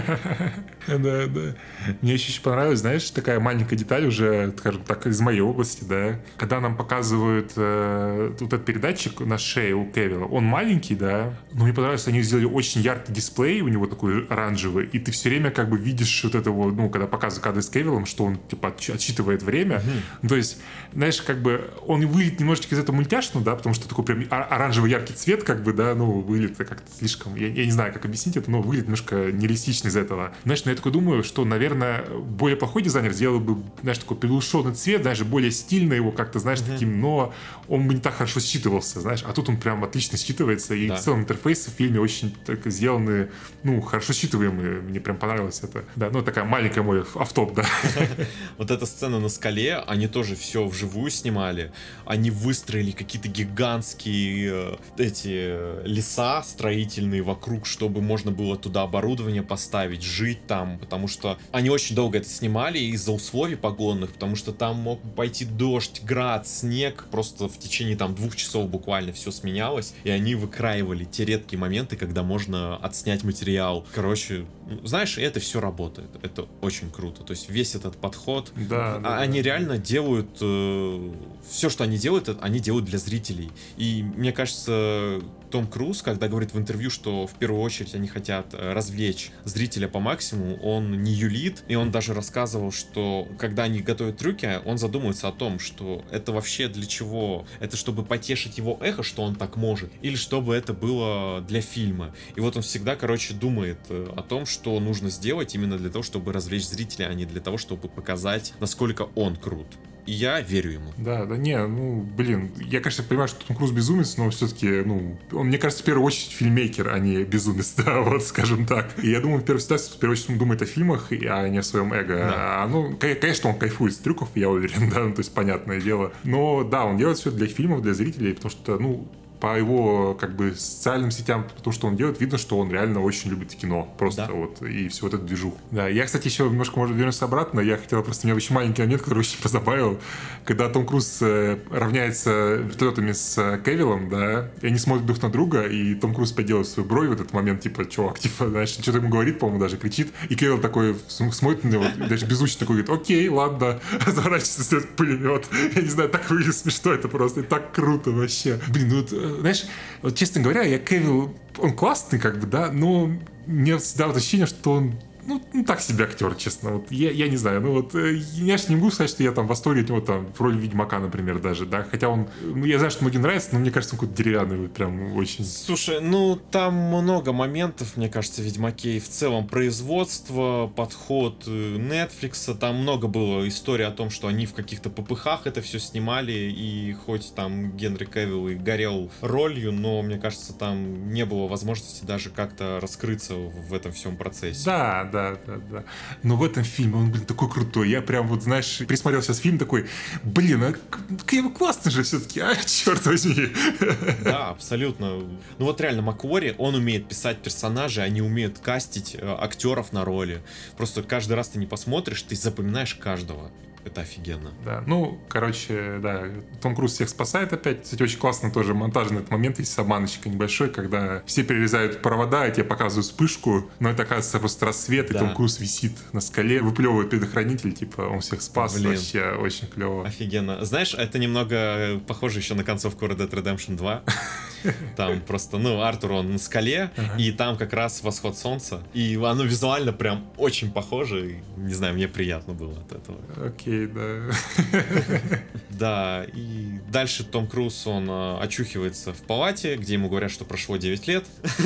Да, да. Мне еще очень понравилась, знаешь, такая маленькая деталь уже, скажем так, из моей области, да, когда нам показывают э, вот этот передатчик на шее у Кевилла, он маленький, да, но мне понравилось, они сделали очень яркий дисплей, у него такой оранжевый, и ты все время как бы видишь вот этого, ну, когда показывают кадры с Кевиллом, что он, типа, отч- отсчитывает время, mm-hmm. ну, то есть, знаешь, как бы он выглядит немножечко из этого мультяшного, да, потому что такой прям оранжевый яркий цвет, как бы, да, ну, выглядит как-то слишком, я, я не знаю, как объяснить это, но выглядит немножко нереалистично из этого. Знаешь, но я такой думаю, что, наверное, более плохой дизайнер сделал бы, знаешь, такой приглушенный цвет, даже более стильно его как-то, знаешь, mm-hmm. таким, но он бы не так хорошо считывался, знаешь, а тут он прям отлично считывается, и да. в целом интерфейсы в фильме очень так сделаны, ну, хорошо считываемые, мне прям понравилось это. Да, ну, такая маленькая мой автоп, да. Вот эта сцена на скале, они тоже все вживую снимали, они выстроили какие-то гигантские эти леса строительные вокруг, чтобы можно было туда оборудование поставить, жить там, потому что они очень долго это снимали из-за условий погодных, потому что там мог пойти дождь, град, снег, просто в течение там двух часов буквально все сменялось, и они выкраивали те редкие моменты, когда можно отснять материал. Короче, знаешь, это все работает, это очень круто, то есть весь этот подход, да, да, они да. реально делают э, все, что они делают, они делают для зрителей, и мне кажется, Том Круз, когда говорит в интервью, что в первую очередь они хотят развлечь зрителя по максимуму, он не юлит, и он даже рассказывал, что когда они готовят трюки, он задумывается о том, что это вообще для чего? Это чтобы потешить его эхо, что он так может, или чтобы это было для фильма. И вот он всегда, короче, думает о том, что нужно сделать именно для того, чтобы развлечь зрителя, а не для того, чтобы показать, насколько он крут. И я верю ему. Да, да, не, ну, блин, я, конечно, понимаю, что Том Круз безумец, но все-таки, ну, он, мне кажется, в первую очередь фильммейкер, а не безумец, да, вот, скажем так. И я думаю, в первую ситуацию, в первую очередь, он думает о фильмах, а не о своем эго. Да. А, ну, конечно, он кайфует с трюков, я уверен, да, ну, то есть, понятное дело. Но, да, он делает все для фильмов, для зрителей, потому что, ну, по его, как бы, социальным сетям, то, что он делает, видно, что он реально очень любит кино. Просто да. вот, и всю вот эту движуху. Да, я, кстати, еще немножко, может, вернусь обратно. Я хотел просто, у меня очень маленький момент, который очень позабавил. Когда Том Круз э, равняется вертолетами с э, Кевиллом, да, и они смотрят друг на друга, и Том Круз поделает свою бровь в этот момент, типа, чувак, типа, знаешь, что-то ему говорит, по-моему, даже кричит. И Кевилл такой смотрит на него, даже беззвучно такой говорит, окей, ладно, разворачивается, стоит пулемет. Я не знаю, так выглядит смешно, это просто и так круто вообще. Блин, ну вот, знаешь, вот, честно говоря, я Кевилл, он классный, как бы, да, но мне всегда вот ощущение, что он, ну, ну так себе актер, честно. Вот я, я не знаю, ну вот э, я же не могу сказать, что я там в восторге от него там в роли Ведьмака, например, даже, да. Хотя он, ну, я знаю, что многим нравится, но мне кажется, он какой-то деревянный, вот прям очень. Слушай, ну там много моментов, мне кажется, в Ведьмаке и в целом производство, подход Netflix, там много было историй о том, что они в каких-то попыхах это все снимали, и хоть там Генри Кевилл и горел ролью, но мне кажется, там не было возможности даже как-то раскрыться в этом всем процессе. Да, да, да, да. Но в этом фильме он, блин, такой крутой. Я прям вот, знаешь, присмотрел сейчас фильм такой, блин, а Кевилл классный же все-таки, а, черт возьми. Да, абсолютно. Ну вот реально, Маккуори, он умеет писать персонажей, они умеют кастить э, актеров на роли. Просто каждый раз ты не посмотришь, ты запоминаешь каждого. Это офигенно. Да, ну, короче, да, Том Круз всех спасает опять. Кстати, очень классно тоже монтажный этот момент, есть с обманочкой небольшой, когда все перерезают провода, и тебе показывают вспышку, но это, оказывается, просто рассвет, да. И Том Круз висит на скале, выплевывает предохранитель, типа, он всех спас. Блин. Вообще очень клево. Офигенно. Знаешь, это немного похоже еще на концовку Red Dead Redemption два. Там просто, ну, Артур, он на скале, ага. и там как раз восход солнца. И оно визуально прям очень похоже. И, не знаю, мне приятно было от этого. Окей, да. Да, и дальше Том Круз, он а, очухивается в палате, где ему говорят, что прошло девять лет.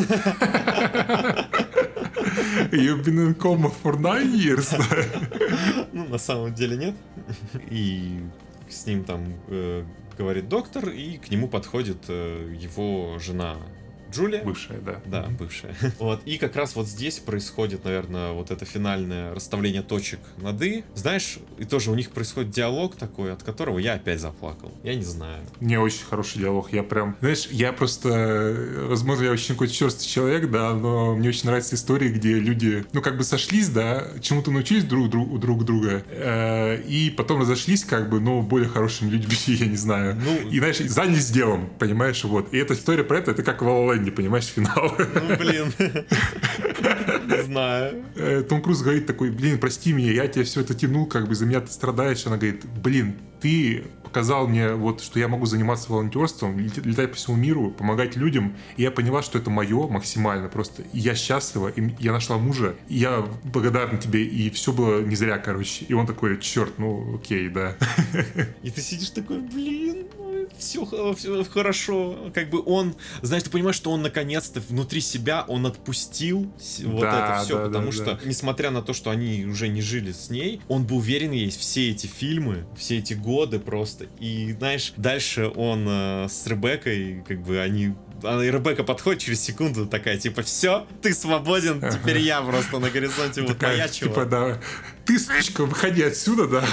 You've been in coma for nine years. Ну, на самом деле нет. И с ним там э, говорит доктор, и к нему подходит э, его жена Джулия. Бывшая, да. Да, mm-hmm. бывшая. Вот. И как раз вот здесь происходит, наверное, вот это финальное расставление точек над «и». Знаешь, и тоже у них происходит диалог такой, от которого я опять заплакал. Я не знаю. Не очень хороший диалог. Я прям... Знаешь, я просто... Возможно, я очень какой-то черствый человек, да, но мне очень нравятся истории, где люди, ну, как бы сошлись, да, чему-то научились друг, друг, у друг друга, э, и потом разошлись, как бы, но более хорошими людьми, я не знаю. Ну... И, знаешь, занялись делом, понимаешь, вот. И эта история про это, это как в «Ла Ла Ленде», понимаешь, финал. Ну, блин. Не знаю. Том Круз говорит такой: блин, прости меня, я тебе все это тянул, как бы за меня ты страдаешь. Она говорит: блин, ты показал мне, вот, что я могу заниматься волонтерством, летать по всему миру, помогать людям. И я поняла, что это мое максимально просто. И я счастлива, и я нашла мужа, и я благодарна тебе, и все было не зря, короче. И он такой: черт, ну окей, да. И ты сидишь такой: блин, все, все хорошо. Как бы он, знаешь, ты понимаешь, что он наконец-то внутри себя, он отпустил вот да, это все, да, потому да, что, да. несмотря на то, что они уже не жили с ней, он был уверен ей все эти фильмы, все эти годы просто. И, знаешь, дальше он э, с Ребеккой, как бы они... А Ребекка подходит через секунду, такая, типа: все, ты свободен, теперь я просто на горизонте вот маячила. Типа, да, ты, сучка, выходи отсюда, да.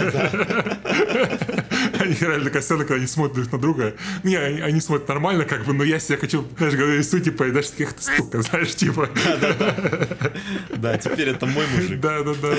Они реально такая сцена, когда они смотрят друг на друга. Не, они, они смотрят нормально, как бы, но я себя хочу, знаешь, говорю, суть, типа, и даже таких, ты, сука, знаешь, типа. Да-да-да. Да, теперь это мой мужик. Да-да-да.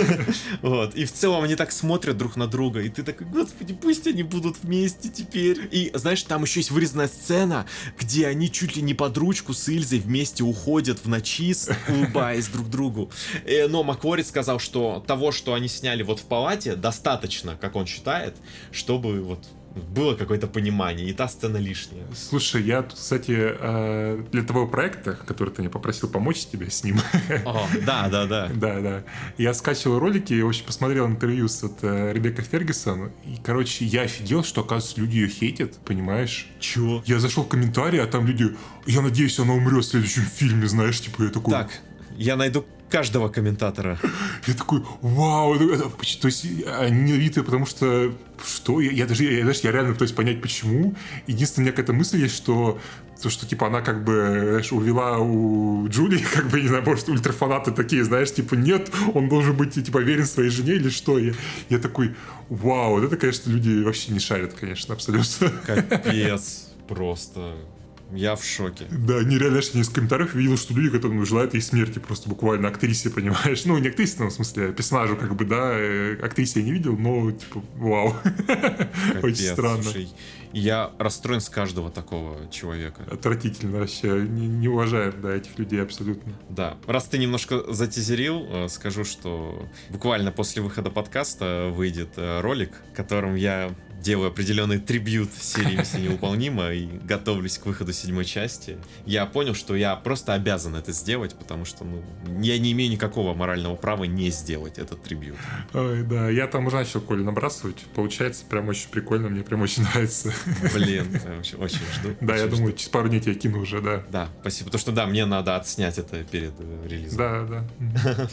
Вот, и в целом они так смотрят друг на друга, и ты такой: господи, пусть они будут вместе теперь. И, знаешь, там еще есть вырезанная сцена, где они чуть ли не под ручку с Ильзой вместе уходят в ночи, улыбаясь друг другу. Но Маккуорри сказал, что того, что они сняли вот в палате, достаточно, как он считает, чтобы вот было какое-то понимание, и та сцена лишняя. Слушай, я тут, кстати, для того проекта, который ты меня попросил помочь тебе с ним. О, да, да, да. Да, да. Я скачивал ролики, и очень посмотрел интервью с вот, Ребеккой Фергюсон, и, короче, я офигел, что, оказывается, люди ее хейтят, понимаешь? Чего? Я зашел в комментарии, а там люди: я надеюсь, она умрет в следующем фильме, знаешь, типа, я такой... Так, я найду каждого комментатора. Я такой: вау, это, то есть они ненавидят ее, потому что что? Я, я даже, я, даже, я реально пытаюсь понять, почему. Единственная у меня какая-то мысль есть, что то, что, типа, она, как бы, знаешь, увела у Джулии, как бы, не знаю, может, ультрафанаты такие, знаешь, типа, нет, он должен быть, типа, верен своей жене или что. Я, я такой: вау, вот это, конечно, люди вообще не шарят, конечно, абсолютно. Капец, просто... Я в шоке. Да, нереально, что я из комментариев видел, что люди, которые желают ей смерти, просто буквально актрисе, понимаешь? Ну, не актрисе, но в смысле, персонажу, как бы, да, актрисе я не видел, но, типа, вау. Капец, очень странно. Слушай, я расстроен с каждого такого человека. Отвратительно вообще, не, не уважаем, да, этих людей абсолютно. Да, раз ты немножко затизерил, скажу, что буквально после выхода подкаста выйдет ролик, в котором я делаю определенный трибьют серии «Миссия невыполнима» и готовлюсь к выходу седьмой части. Я понял, что я просто обязан это сделать, потому что, ну, я не имею никакого морального права не сделать этот трибьют. Ой, да, я там уже начал, Коля, набрасывать. Получается прям очень прикольно, мне прям очень нравится. Блин, очень, очень жду. Да, очень я думаю, жду. через пару дней я кину уже, да. Да, спасибо. Потому что, да, мне надо отснять это перед релизом. Да, да.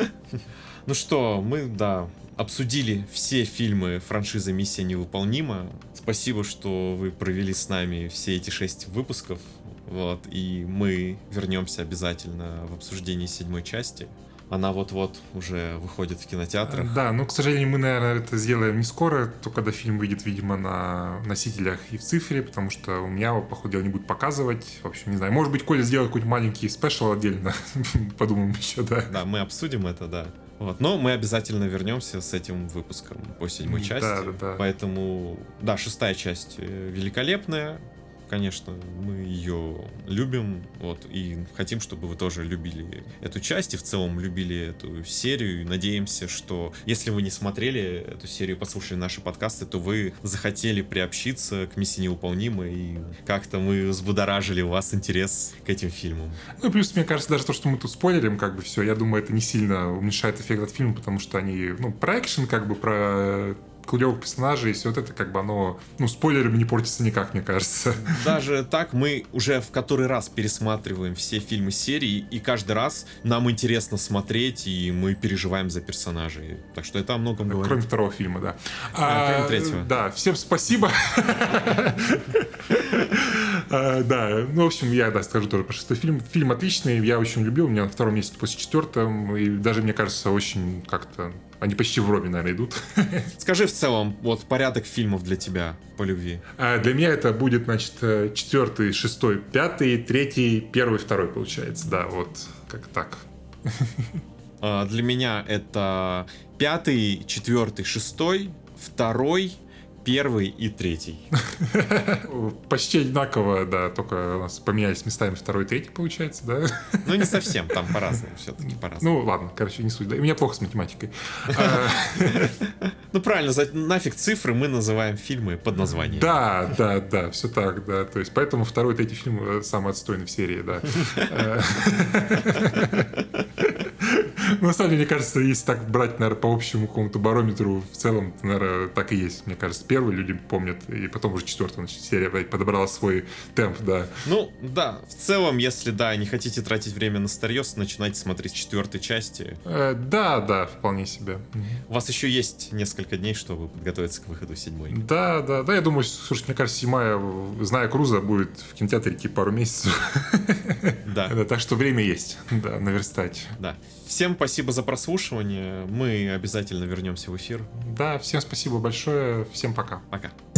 Ну что, мы, да, обсудили все фильмы франшизы «Миссия невыполнима». Спасибо, что вы провели с нами все эти шесть выпусков. Вот, и мы вернемся обязательно в обсуждении седьмой части. Она вот-вот уже выходит в кинотеатрах. Да, но, к сожалению, мы, наверное, это сделаем не скоро, то когда фильм выйдет, видимо, на носителях и в цифре, потому что у меня, по ходу дела, не будет показывать. В общем, не знаю, может быть, Коля сделает какой-нибудь маленький спешл отдельно. Подумаем еще, да. Да, мы обсудим это, да. Вот. Но мы обязательно вернемся с этим выпуском по седьмой части. Да, да, да. Поэтому, да, шестая часть великолепная. конечно, мы ее любим, вот, и хотим, чтобы вы тоже любили эту часть и в целом любили эту серию. И надеемся, что если вы не смотрели эту серию, послушали наши подкасты, то вы захотели приобщиться к «Миссии невыполнимой», и как-то мы взбудоражили у вас интерес к этим фильмам. Ну и плюс, мне кажется, даже то, что мы тут спойлерим, как бы все, я думаю, это не сильно уменьшает эффект от фильма, потому что они, ну, про экшен, как бы, про клевых персонажей, и все вот это, как бы, оно, ну, спойлерами не портится никак, мне кажется. Даже так мы уже в который раз пересматриваем все фильмы серии, и каждый раз нам интересно смотреть, и мы переживаем за персонажей. Так что это о многом говорит. Кроме второго фильма, да. А, кроме третьего. Да, всем спасибо. Да, ну, в общем, я, да, скажу тоже про шестой фильм. Фильм отличный, я очень люблю, у меня на втором месте после четвертого, и даже, мне кажется, очень как-то... Они почти вровень, наверное, идут. Скажи в целом, вот, порядок фильмов для тебя по любви. Для меня это будет, значит, четвертый, шестой, пятый, третий, первый, второй, получается. Да, вот, как так. Для меня это пятый, четвертый, шестой, второй, первый и третий. Почти одинаково, да, только у нас поменялись местами второй и третий, получается, да? Ну, не совсем, там по-разному, все-таки по-разному. Ну, ладно, короче, не суть. Да. У меня плохо с математикой. Ну, правильно, нафиг цифры, мы называем фильмы под названием. Да, да, да, все так, да. То есть, поэтому второй и третий фильм самый отстойный в серии, да. Ну, на самом деле, мне кажется, если так брать, наверное, по общему какому-то барометру, в целом, наверное, так и есть. Мне кажется, первый люди помнят, и потом уже четвертая, значит, серия подобрала свой темп, да. Ну, да, в целом, если, да, не хотите тратить время на старье, начинайте смотреть с четвертой части. Э, да, да, вполне себе. У вас еще есть несколько дней, чтобы подготовиться к выходу седьмой. Да, да, да, я думаю, слушай, мне кажется, седьмая, зная Круза, будет в кинотеатре идти пару месяцев. Да. Да. Так что время есть, да, наверстать. Да. Всем спасибо за прослушивание. Мы обязательно вернемся в эфир. Да, всем спасибо большое. Всем пока. Пока.